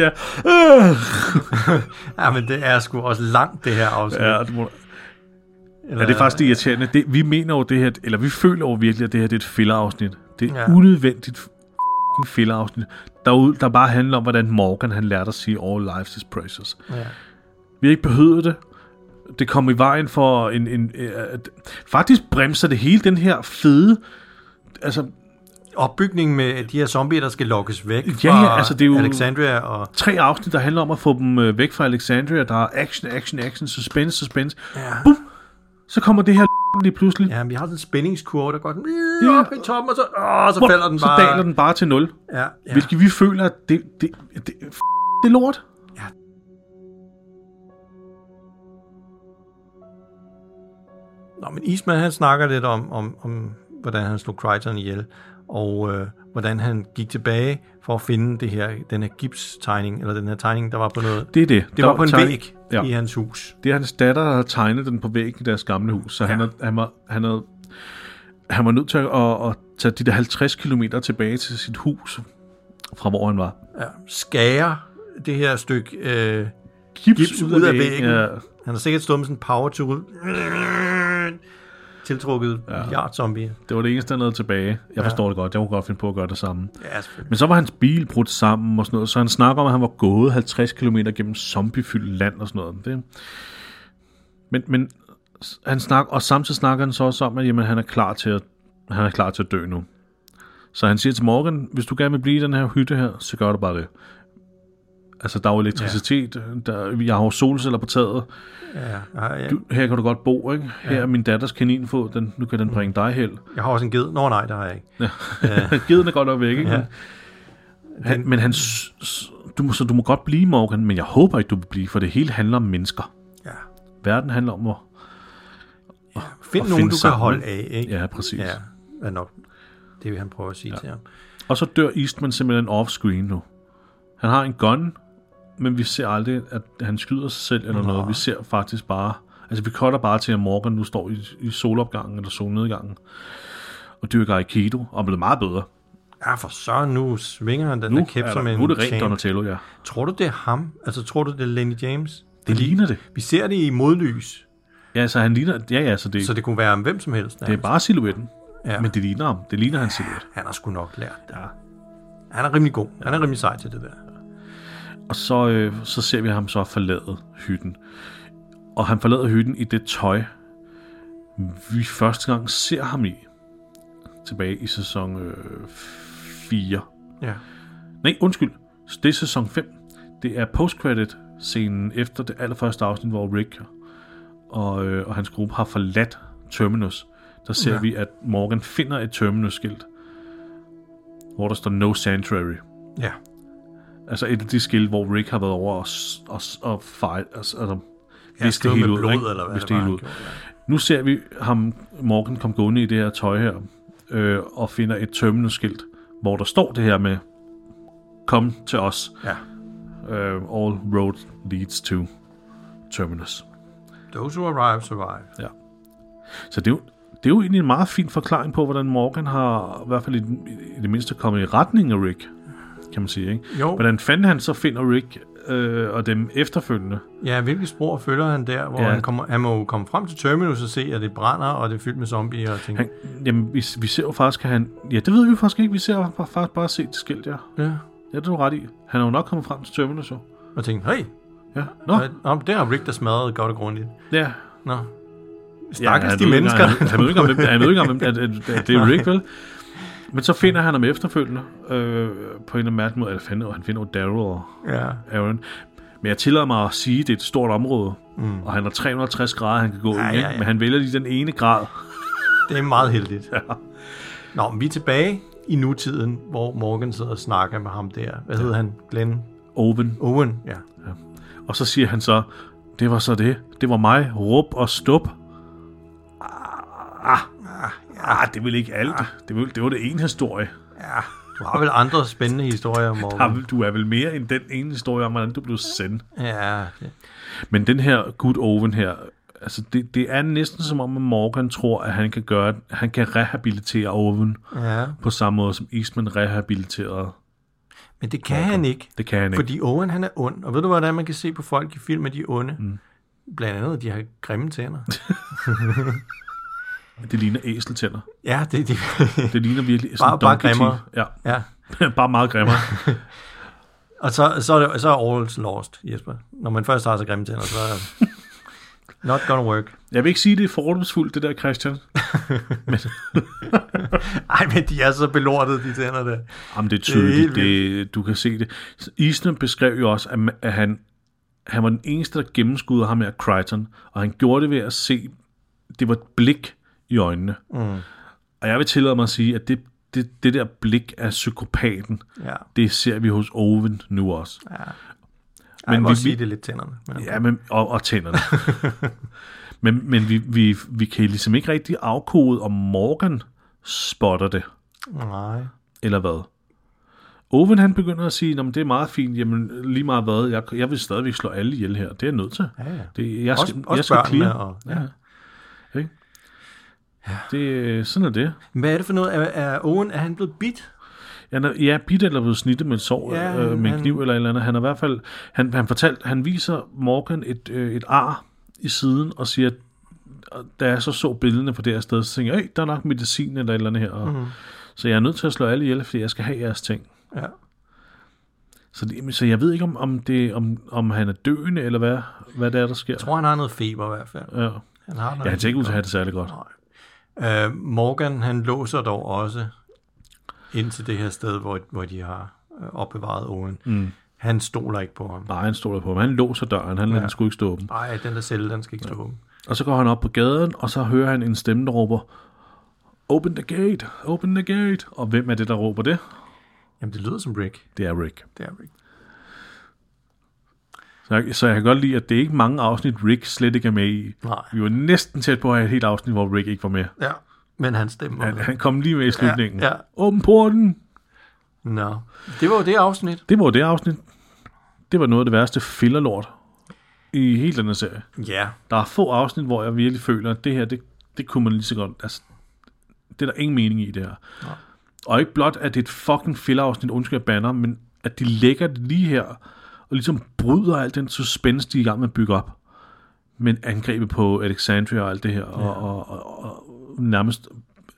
Ja, men det er sgu også langt, det her afsnit. Ja, det er faktisk det irriterende. Vi mener jo det her, eller vi føler jo virkelig, at det her det er et filler-afsnit. Det er unødvendigt filler-afsnit, der bare handler om, hvordan Morgan han lærte at sige, all life is precious. Ja. Vi har ikke behøvet det. Det kom i vejen for faktisk bremser det hele den her fede, altså opbygningen med de her zombier, der skal lokkes væk fra altså det er jo Alexandria. Og 3 afsnit, der handler om at få dem væk fra Alexandria. Der er action, suspense. Ja. Bum! Så kommer det her lige pludselig. Ja, vi har sådan en spændingskurve, der går op i toppen, og så falder den bare. Så daler den bare til 0. Ja. Hvilket vi føler, at det er lort. Ja. Nå, men Eastman, han snakker lidt om hvordan han slog Crichton ihjel, og hvordan han gik tilbage for at finde den her gipstegning, eller den her tegning, der var på noget. Det er det. Det var på en væg i hans hus. Det er hans datter, der har tegnet den på væggen i deres gamle hus, så han var nødt til at tage de der 50 kilometer tilbage til sit hus, fra hvor han var. Ja, skære det her stykke gips ud af væggen. Ja. Han har sikkert stået med sådan en power tool. Tiltrukket milliardzombie. Det var det eneste, der nåede tilbage. Jeg forstår det godt. Jeg kunne godt finde på at gøre det samme. Ja, men så var hans bil brudt sammen og sådan noget, så han snakker om, at han var gået 50 km gennem zombiefyldt land og sådan noget. Men han snakker, og samtidig snakker han så også om, at jamen, han er klar til at dø nu. Så han siger til Morgan, hvis du gerne vil blive i den her hytte her, så gør du bare det. Altså, der er jo elektricitet, jeg har jo solceller på taget. Ja. Her kan du godt bo, ikke? Her er min datters kaninfod, nu kan den bringe dig held. Jeg har også en ged. Nå nej, det har jeg ikke. Ja. Geden er godt nok væk, ikke? Ja. Men du må godt blive, Morgan, men jeg håber ikke, du vil blive, for det hele handler om mennesker. Ja. Verden handler om at find nogen, du kan holde af, ikke? Ja, præcis. Ja, er nok det vil han prøve at sige til ham. Og så dør Eastman simpelthen off-screen nu. Han har en gun, men vi ser aldrig, at han skyder sig selv eller noget. Vi ser faktisk bare... Altså, vi cutter bare til, at Morgan nu står i solopgangen eller solnedgangen og dyrker Aikido, og er blevet meget bedre. Ja, for så nu svinger han den der kæp som en nu er det rent champ. Donatello, ja. Tror du, det er ham? Altså, tror du, det er Lenny James? Det ligner det. Vi ser det i modlys. Ja, så han ligner... Ja, så det kunne være hvem som helst. Det er bare silhuetten. Ja. Men det ligner ham. Det ligner hans silhuet. Han har sgu nok lært det. Ja. Han er rimelig god. Han er rimelig sej til det der. Og så ser vi ham så forlade hytten. Og han forlader hytten i det tøj, vi første gang ser ham i. Tilbage i sæson 4. Ja. Nej, undskyld. Det er sæson 5. Det er post-credit-scenen efter det allerførste afsnit, hvor Rick og hans gruppe har forladt Terminus. Der ser vi, at Morgan finder et Terminus-skilt, hvor der står No Sanctuary. Ja. Altså et af de skilt, hvor Rick har været over og fight, altså hvis det hele med ud, blod, ikke? eller hvad hvis det det var, hele ud. Nu ser vi ham, Morgan, komme gående i det her tøj her, og finder et Terminus-skilt, hvor der står det her med, kom til os. Ja. All road leads to Terminus. Those who arrive, survive. Ja. Så det er jo egentlig en meget fin forklaring på, hvordan Morgan har, i hvert fald i det mindste, kommet i retning af Rick, kan man sige, ikke? Jo. Hvordan fanden han så finder Rick og dem efterfølgende? Ja, hvilke spor følger han der, hvor han må komme frem til Terminus og se, at det brænder, og det er fyldt med zombier og ting. Jamen, vi ser jo faktisk, at han... Ja, det ved vi faktisk ikke. Vi ser faktisk bare set det skilt, ja. Ja. Ja, det er du ret i. Han er jo nok kommet frem til Terminus, jo. Og tænkte, hey, ja. Nå, det har Rick, der smadret godt og grundigt. Ja. Nå. Stakkels de mennesker. Han ved ikke om, at det er Rick, vel? Men så finder han ham efterfølgende på en eller anden mærkelig måde. Eller han finder jo Daryl og Aaron. Men jeg tillader mig at sige, at det er et stort område, og han har 360 grader, han kan gå i, men han vælger lige den ene grad. Det er meget heldigt. Ja. Nå, men vi er tilbage i nutiden, hvor Morgan sidder og snakker med ham der. Hvad hedder han? Glenn? Owen, ja. Og så siger han så, det var så det. Det var mig. Råb og stop. Det vil ikke alt. Det var det ene historie. Ja, du har vel andre spændende historier, Morgan. Du er vel mere end den ene historie om, hvordan du blev sendt. Ja. Men den her Good Owen her, altså det er næsten som om, at Morgan tror, at han kan gøre, han kan rehabilitere Owen på samme måde, som Eastman rehabiliterede. Men det kan han ikke. Det kan han ikke. Fordi Owen, han er ond. Og ved du, hvordan man kan se på folk i film, at de er onde? Blandt andet, de har grimme tænder. Det ligner æseltænder. Ja, det ligner virkelig bare grimmere. Ja. Bare meget grimmere. Og så er all's lost, Jesper. Når man først har så grimme tænder, så er not gonna work. Jeg vil ikke sige, det er fordomsfuldt, det der, Christian. Ej, men de er så belortet, de tænder der. Jamen, det er tydeligt. Du kan se det. Eastman beskrev jo også, at han var den eneste, der gennemskudde ham med Crichton, og han gjorde det ved at se, det var et blik i øjnene. Og jeg vil tillade mig at sige, at det der blik af psykopaten, det ser vi hos Owen nu også. Ja. Men jeg vil sige, det er lidt tænderne. Ja, men, og tænderne. men vi kan ligesom ikke rigtig afkode, om Morgan spotter det. Nej. Eller hvad? Owen, han begynder at sige, det er meget fint, jamen lige meget hvad, jeg vil stadigvæk slå alle ihjel her. Det er jeg nødt til. Jeg skal clear. Og, Okay. Sådan er det. Hvad er det for noget? Er Owen, er han blevet bidt? Ja, bidt eller blevet snittet med et sår, med en kniv eller et eller andet. Han er i hvert fald, han viser Morgan et ar i siden og siger, da jeg så billederne på det her sted, så tænker jeg, der er nok medicin eller et eller andet her. Så jeg er nødt til at slå alle ihjel, fordi jeg skal have jeres ting. Ja. Så jeg ved ikke, om han er døende, eller hvad det er, der sker. Jeg tror, han har noget feber i hvert fald. Ja. Han ser ikke ud til at have det særlig godt. Morgan, han låser dog også ind til det her sted, hvor de har opbevaret Owen. Han stoler ikke på ham. Nej, han stoler på ham. Han låser døren. Han lader den sgu ikke stå åben. Nej, den der celle, den skal ikke stå åben. Og så går han op på gaden, og så hører han en stemme, der råber, Open the gate, open the gate. Og hvem er det, der råber det? Jamen, det lyder som Rick. Det er Rick. Så jeg kan godt lide, at det er ikke mange afsnit, Rick slet ikke er med i. Nej. Vi var næsten tæt på at have et helt afsnit, hvor Rick ikke var med. Ja, men han stemmer. Han kom lige med i slutningen. Ja. Åben porten! Nå, det var jo det afsnit. Det var noget af det værste fillerlort i hele den her serie. Ja. Der er få afsnit, hvor jeg virkelig føler, at det her, det kunne man lige så godt... Altså, det er der ingen mening i, det her. Ja. Og ikke blot, at det er et fucking filler-afsnit, undskyld banner, men at de lægger det lige her, og ligesom bryder alt den suspense, de er i gang med at bygge op. Men angrebet på Alexandria og alt det her, og nærmest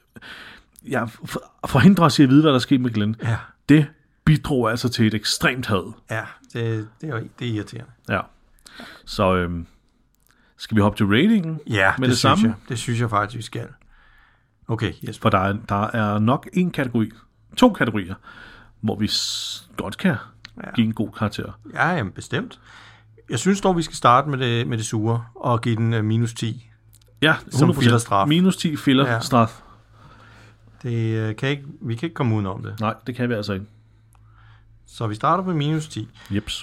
forhindrer os i at vide, hvad der sker med Glenn. Ja. Det bidrog altså til et ekstremt had. Ja, det er irriterende. Ja. Så skal vi hoppe til ratingen? Ja, med det samme? Det synes jeg faktisk, vi skal. Okay, Jesper. For der er nok to kategorier, hvor vi godt kan give en god karakter. Ja, jamen, bestemt. Jeg synes dog, vi skal starte med det sure, og give den minus 10. Ja, 100%. Som fillerstraf. Minus 10 fillerstraf. Vi kan ikke komme udenom det. Nej, det kan vi altså ikke. Så vi starter på minus 10. Jeps.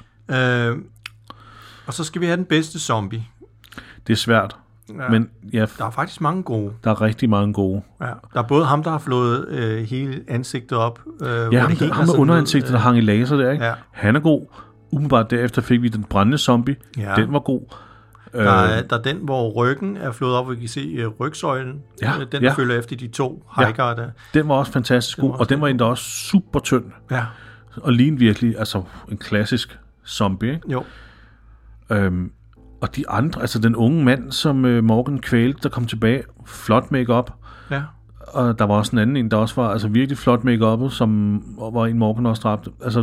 Og så skal vi have den bedste zombie. Det er svært. Ja. Men ja, der er faktisk mange gode. Der er rigtig mange gode. Ja. Der er både ham, der har flået hele ansigtet op. Ham med underansigtet, der hang i laser der, ikke? Ja. Han er god. Umiddelbart derefter fik vi den brændende zombie. Ja. Den var god. Der er den, hvor ryggen er flået op, og vi kan se rygsøjlen. Ja. Den, der følger efter de to hikere der. Den var også fantastisk god, og den var endda også super tynd. Ja. Og lignede virkelig, altså en klassisk zombie, ikke? Jo. Og de andre, altså den unge mand, som Morgan kvælte, der kom tilbage, flot make-up. Ja. Og der var også en anden en, der også var altså virkelig flot make-uppet, som var en Morgan også dræbte. Altså,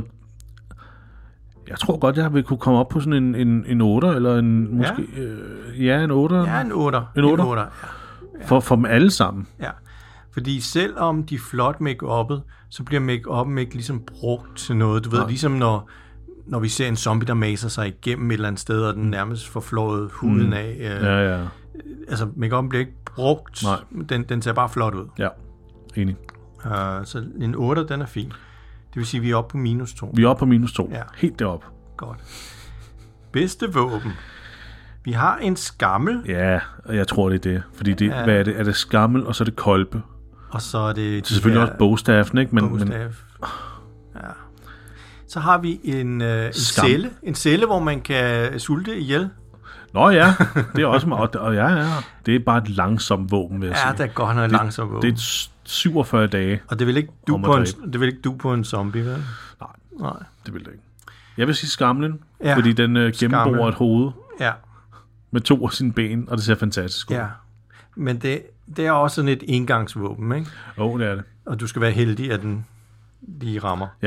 jeg tror godt, jeg vil kunne komme op på sådan en 8, eller en måske... en 8. Ja, en 8. En 8. Ja. For dem alle sammen. Ja, fordi selvom de er flot make-uppet, så bliver make-up'en ikke ligesom brugt til noget. Du ved, ligesom når vi ser en zombie, der maser sig igennem et eller andet sted, og den nærmest får flået huden af. Ja. Altså, make-up'en bliver ikke brugt. Den ser bare flot ud. Ja, enig. Så en 8, den er fin. Det vil sige, at vi er oppe på minus 2. Vi er oppe på minus 2. Ja. Helt deroppe. Godt. Bedste våben. Vi har en skammel. Ja, og jeg tror, det er det. Fordi det, hvad er det? Er det skammel, og så er det kolbe. Og så er det... Så selvfølgelig også bogstaffen, ikke? Bogstaff. Ja. Så har vi en celle. En celle, hvor man kan sulte ihjel. Nå ja, det er også meget. Og ja. Det er bare et langsomt våben, vil jeg sige. Ja, det er godt nok et langsomt våben. Det er 47 dage. Og det vil ikke du på en zombie, vel? Nej, det vil det ikke. Jeg vil sige skamlen, fordi den gennemborer et hoved med 2 af sine ben, og det ser fantastisk ud. Ja, men det er også sådan et engangsvåben, ikke? Jo, det er det. Og du skal være heldig, at den lige rammer. Ja.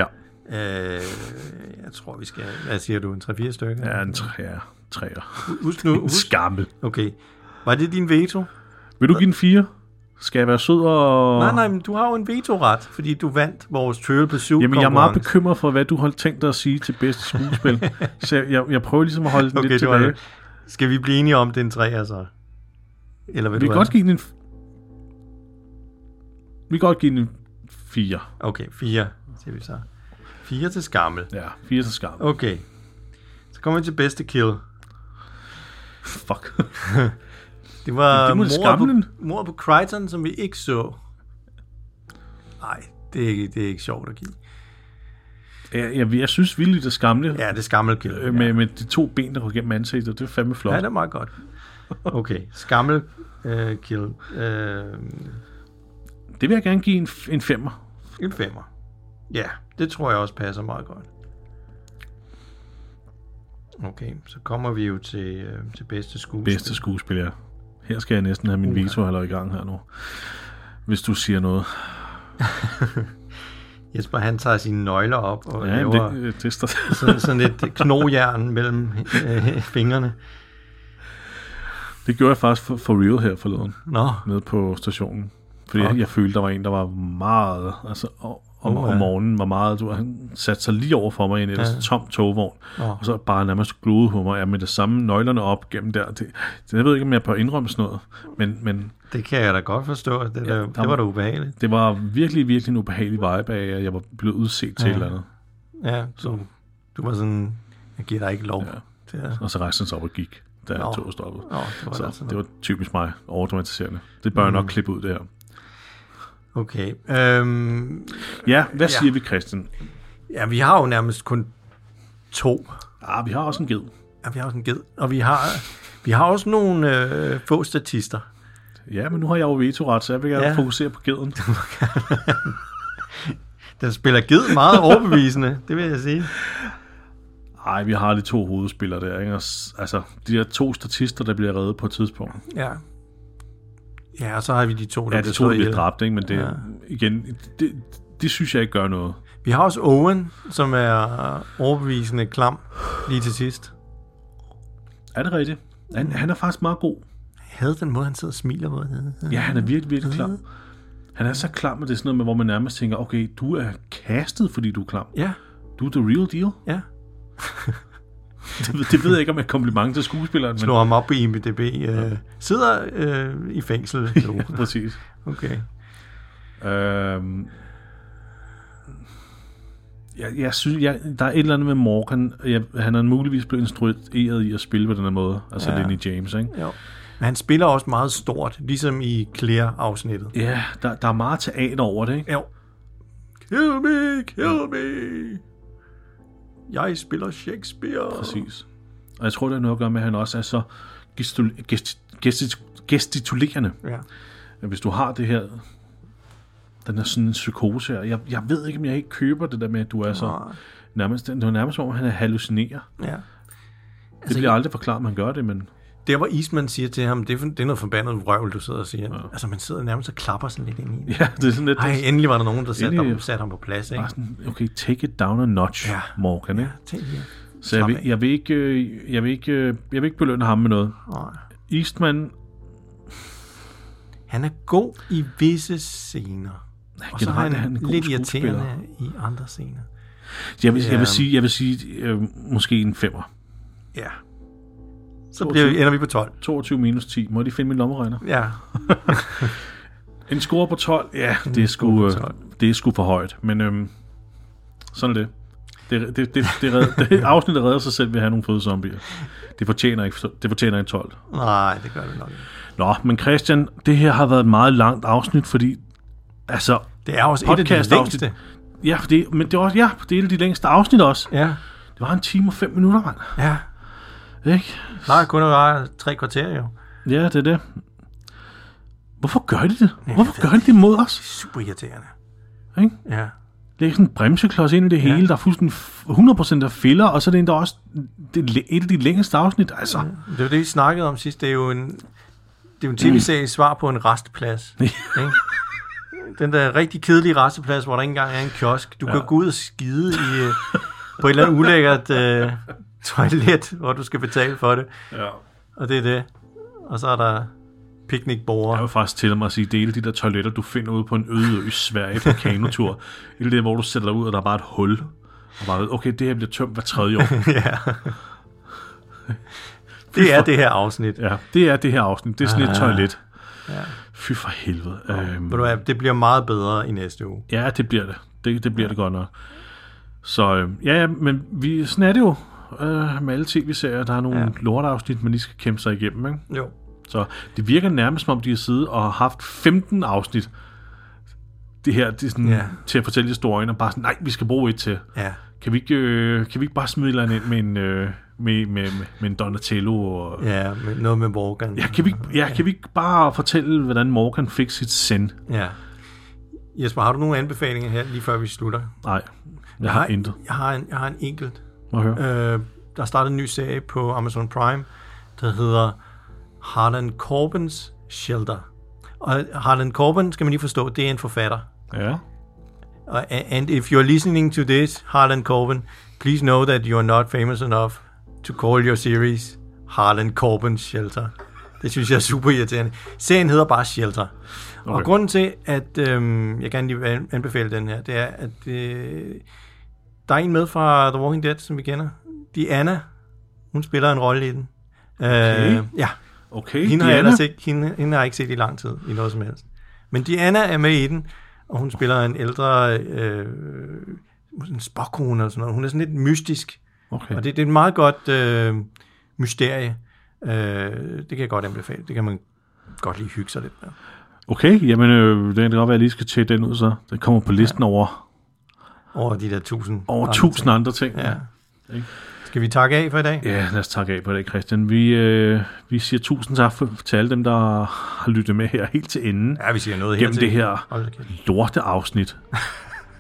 Jeg tror, vi skal... Hvad siger du? En 3-4 stykker? Ja, en 3'er. Husk nu. En skammel. Okay. Var det din veto? Vil du give en 4? Skal jeg være sød og... Nej, men du har jo en veto-ret, fordi du vandt vores Trivial Pursuit. Jamen, jeg er meget bekymret for, hvad du har tænkt dig at sige til bedste skuespil. Så jeg prøver ligesom at holde den lidt tilbage. Skal vi blive enige om, det er en 3, altså? Eller vil vi kan godt give den en... Vi kan godt give den en 4. Okay, 4, siger vi så. 4 til skammel. Ja, 4 til skammel. Okay. Så kommer vi til bedste kill. Fuck. Det var mord på Crichton, som vi ikke så. Nej, det er ikke sjovt at give. Jeg synes vildt, det er skamle. Ja, det er skammel kill. Med de 2 ben, der går gennem ansigtet. Det er fandme flot. Ja, det er meget godt. Okay, skammel kill. Det vil jeg gerne give en 5'er. En 5'er. Ja, det tror jeg også passer meget godt. Okay, så kommer vi jo til bedste skuespil. Bedste skuespil, ja. Her skal jeg næsten have min veto i gang her nu. Hvis du siger noget. Jesper, han tager sine nøgler op og laver det sådan et knogjern mellem fingrene. Det gjorde jeg faktisk for real her forleden. Nå. Nede på stationen. Fordi jeg følte, der var en, der var meget... Altså, om morgenen var meget... Han satte sig lige over for mig i en ellers tom togvogn. Og så bare nærmest glodede på mig. Med det samme nøglerne op gennem der. Det, jeg ved ikke, om jeg bør indrømme sådan noget. Men det kan jeg da godt forstå. Det var da ubehageligt. Det var virkelig, virkelig en ubehagelig vibe af, at jeg var blevet udset til et eller andet. Ja, så du var sådan... Jeg giver dig ikke lov. Ja. Og så rejste han sig op og gik, da toget stoppede. Det var typisk mig, overdramatiserende. Det bør jeg nok klippe ud, det her. Okay. Hvad siger vi, Christian? Ja, vi har jo nærmest kun 2. Vi har også en ged. Ja, vi har også en ged. Og vi har også nogle få statister. Ja, men nu har jeg jo veto-ret, så jeg vil gerne fokusere på geden. Den spiller ged meget overbevisende, det vil jeg sige. Ej, vi har de 2 hovedspillere der, ikke? Altså, de der 2 statister, der bliver reddet på et tidspunkt. Ja. Ja, og så har vi de 2, der bliver dræbt, ikke? Men det, igen, det synes jeg ikke gør noget. Vi har også Owen, som er overbevisende klam lige til sidst. Er det rigtigt? Han er faktisk meget god. Jeg havde den måde, han sidder og smiler på. Ja, han er virkelig, virkelig klam. Han er så klam, at det er sådan noget med, hvor man nærmest tænker, okay, du er castet, fordi du er klam. Ja. Du er the real deal. Ja. det ved jeg ikke, om jeg er kompliment til skuespilleren. Slår ham op på IMDb. Sidder i fængsel. Ja, præcis. Okay. Jeg synes, der er et eller andet med Morgan. Han er muligvis blevet instrueret i at spille på den her måde. Altså Lenny James, ikke? Jo. Men han spiller også meget stort, ligesom i Claire-afsnittet. Ja, der er meget teater over det, ikke? Jo. Kill me, kill me. Jeg spiller Shakespeare. Præcis. Og jeg tror, det er noget at gøre med, at han også er så gestitulerende. Ja. Hvis du har det her, den er sådan en psykose her. Jeg ved ikke, om jeg ikke køber det der med, at du er så nærmest, det er nærmest som om, han hallucinerer. Ja. Det bliver aldrig forklaret, man gør det, men... Der hvor Eastman siger til ham, det er noget forbandet vrøvl, du sidder og siger. Ja. Altså man sidder nærmest og klapper sådan lidt ind i det. Ja, det er sådan lidt... Ej, endelig var der nogen, der satte ham på plads, ikke? Sådan, okay, take it down a notch, Morgan, ikke? Ja, så jeg vil ikke belønne ham med noget. Nej. Eastman... Han er god i visse scener. Og så er han lidt irriterende i andre scener. Jeg vil sige måske en 5'er. Ja. Så ender vi på 12. 22 minus 10. Må de finde min lommeregner? Ja. En score på 12? Ja, det er sgu for højt. Men sådan er det. Afsnittet redder sig selv ved at have nogle føde zombier. Det fortjener en 12. Nej, det gør det nok ikke. Nå, men Christian, det her har været et meget langt afsnit, fordi altså... Det er også et af de længste. Ja, men det er også, det er et af de længste afsnit også. Ja. Det var 1 time og 5 minutter, mand. Ja. Ikke? Nej, kun var 3 kvarter, jo. Ja, det er det. Hvorfor gør de det? Hvorfor gør de det mod os? Super irriterende. Ikke? Ja. Det er sådan en bremseklods ind i det hele, der er fuldstændig 100% af filler, og så er det endda også et af de længste afsnit. Altså. Det var det, vi snakkede om sidst. Det er jo en tv-serie svar på en resteplads. Ikke? Den der rigtig kedelige resteplads, hvor der ikke engang er en kiosk. Du kan gå ud og skide på et eller andet ulækkert toilet, hvor du skal betale for det. Ja. Og det er det. Og så er der piknikborde. Jeg vil faktisk til mig at sige, dele de der toiletter, du finder ude på en øde ø i Sverige på kanotur. Eller det, hvor du sætter dig ud, og der er bare et hul. Og bare ved, okay, det her bliver tømt hver 3. år. Ja. Det er det her afsnit. Ja, det er det her afsnit. Det er sådan et toilet. Ja. Fy for helvede. Det bliver meget bedre i næste uge. Ja, det bliver det. Det bliver det godt nok. Så men sådan er det jo med alle tv-serier. Der er nogle lorteafsnit, man lige skal kæmpe sig igennem, ikke? Jo. Så det virker nærmest, som om de har siddet og haft 15 afsnit. Det her, det er sådan, til at fortælle historien, og bare sådan, nej, vi skal bruge et til. Ja. Kan vi ikke bare smide ind med en Donatello? Og... Ja, med noget med Morgan. Kan vi ikke bare fortælle, hvordan Morgan fik sit send? Ja. Jesper, har du nogle anbefalinger her, lige før vi slutter? Nej, jeg har intet. Jeg har en enkelt. Må jeg høre? Der er startet en ny serie på Amazon Prime, der hedder Harlan Coben's Shelter. Og Harlan Coben, skal man lige forstå, det er en forfatter. Ja. And if you're listening to this, Harlan Coben, please know that you are not famous enough to call your series Harlan Coben's Shelter. Det synes jeg er super irriterende. Serien hedder bare Shelter. Okay. Og grunden til, at jeg gerne lige anbefale den her, det er, at der er en med fra The Walking Dead, som vi kender. Diana. Hun spiller en rolle i den. Okay. Ja. Okay, hende har jeg ikke set i lang tid, i noget som helst. Men Diana er med i den, og hun spiller en ældre en spåkone eller sådan noget. Hun er sådan lidt mystisk. Okay. Og det er et meget godt mysterie. Det kan jeg godt anbefale. Det kan man godt lige hygge sig lidt med. Okay, jamen det kan godt være, at jeg lige skal tjekke den ud så. Den kommer på listen over de der 1000 over 1000 andre ting. Ja. Skal vi takke af for i dag? Ja, lad os takke af for i dag, Christian. Vi siger 1000 tak til alle dem, der har lyttet med her helt til enden. Ja, vi siger noget gennem det her lorte afsnit.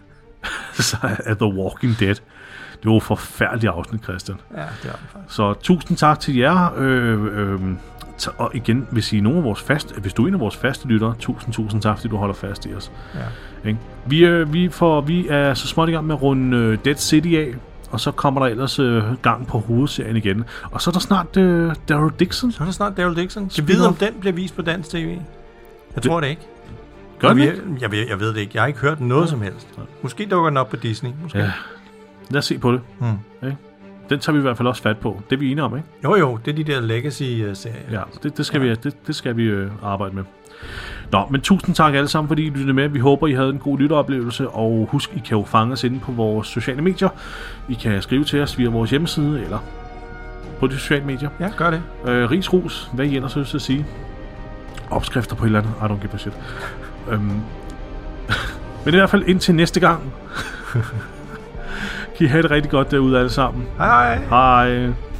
sig af The Walking Dead. Det var et forfærdeligt afsnit, Christian. Ja, det er det faktisk. Så tusind tak til jer. Og igen, hvis du er en af vores faste lyttere, tusind tak, fordi du holder fast i os. Ja. Vi er så småt i gang med at runde Dead City af, og så kommer der ellers gang på hovedserien igen. Og så er der snart Daryl Dixon. Jeg ved, om den bliver vist på dansk tv. Jeg tror det ikke. Gør den ikke? Jeg ved det ikke. Jeg har ikke hørt noget som helst. Måske dukker den op på Disney. Måske. Ja. Lad os se på det. Okay. Den tager vi i hvert fald også fat på. Det er vi enige om, ikke? Jo, det er de der Legacy-serier. Ja, det skal vi arbejde med. Nå, men tusind tak alle sammen, fordi I lyttede med. Vi håber, I havde en god lytteoplevelse, og husk, I kan jo fange os inde på vores sociale medier. I kan skrive til os via vores hjemmeside, eller på de sociale medier. Ja, gør det. Ris, ros, hvad I ellers synes at sige. Opskrifter på et eller andet. I don't give a shit. Men i hvert fald indtil næste gang. Kan I have det rigtig godt derude alle sammen. Hej. Hej.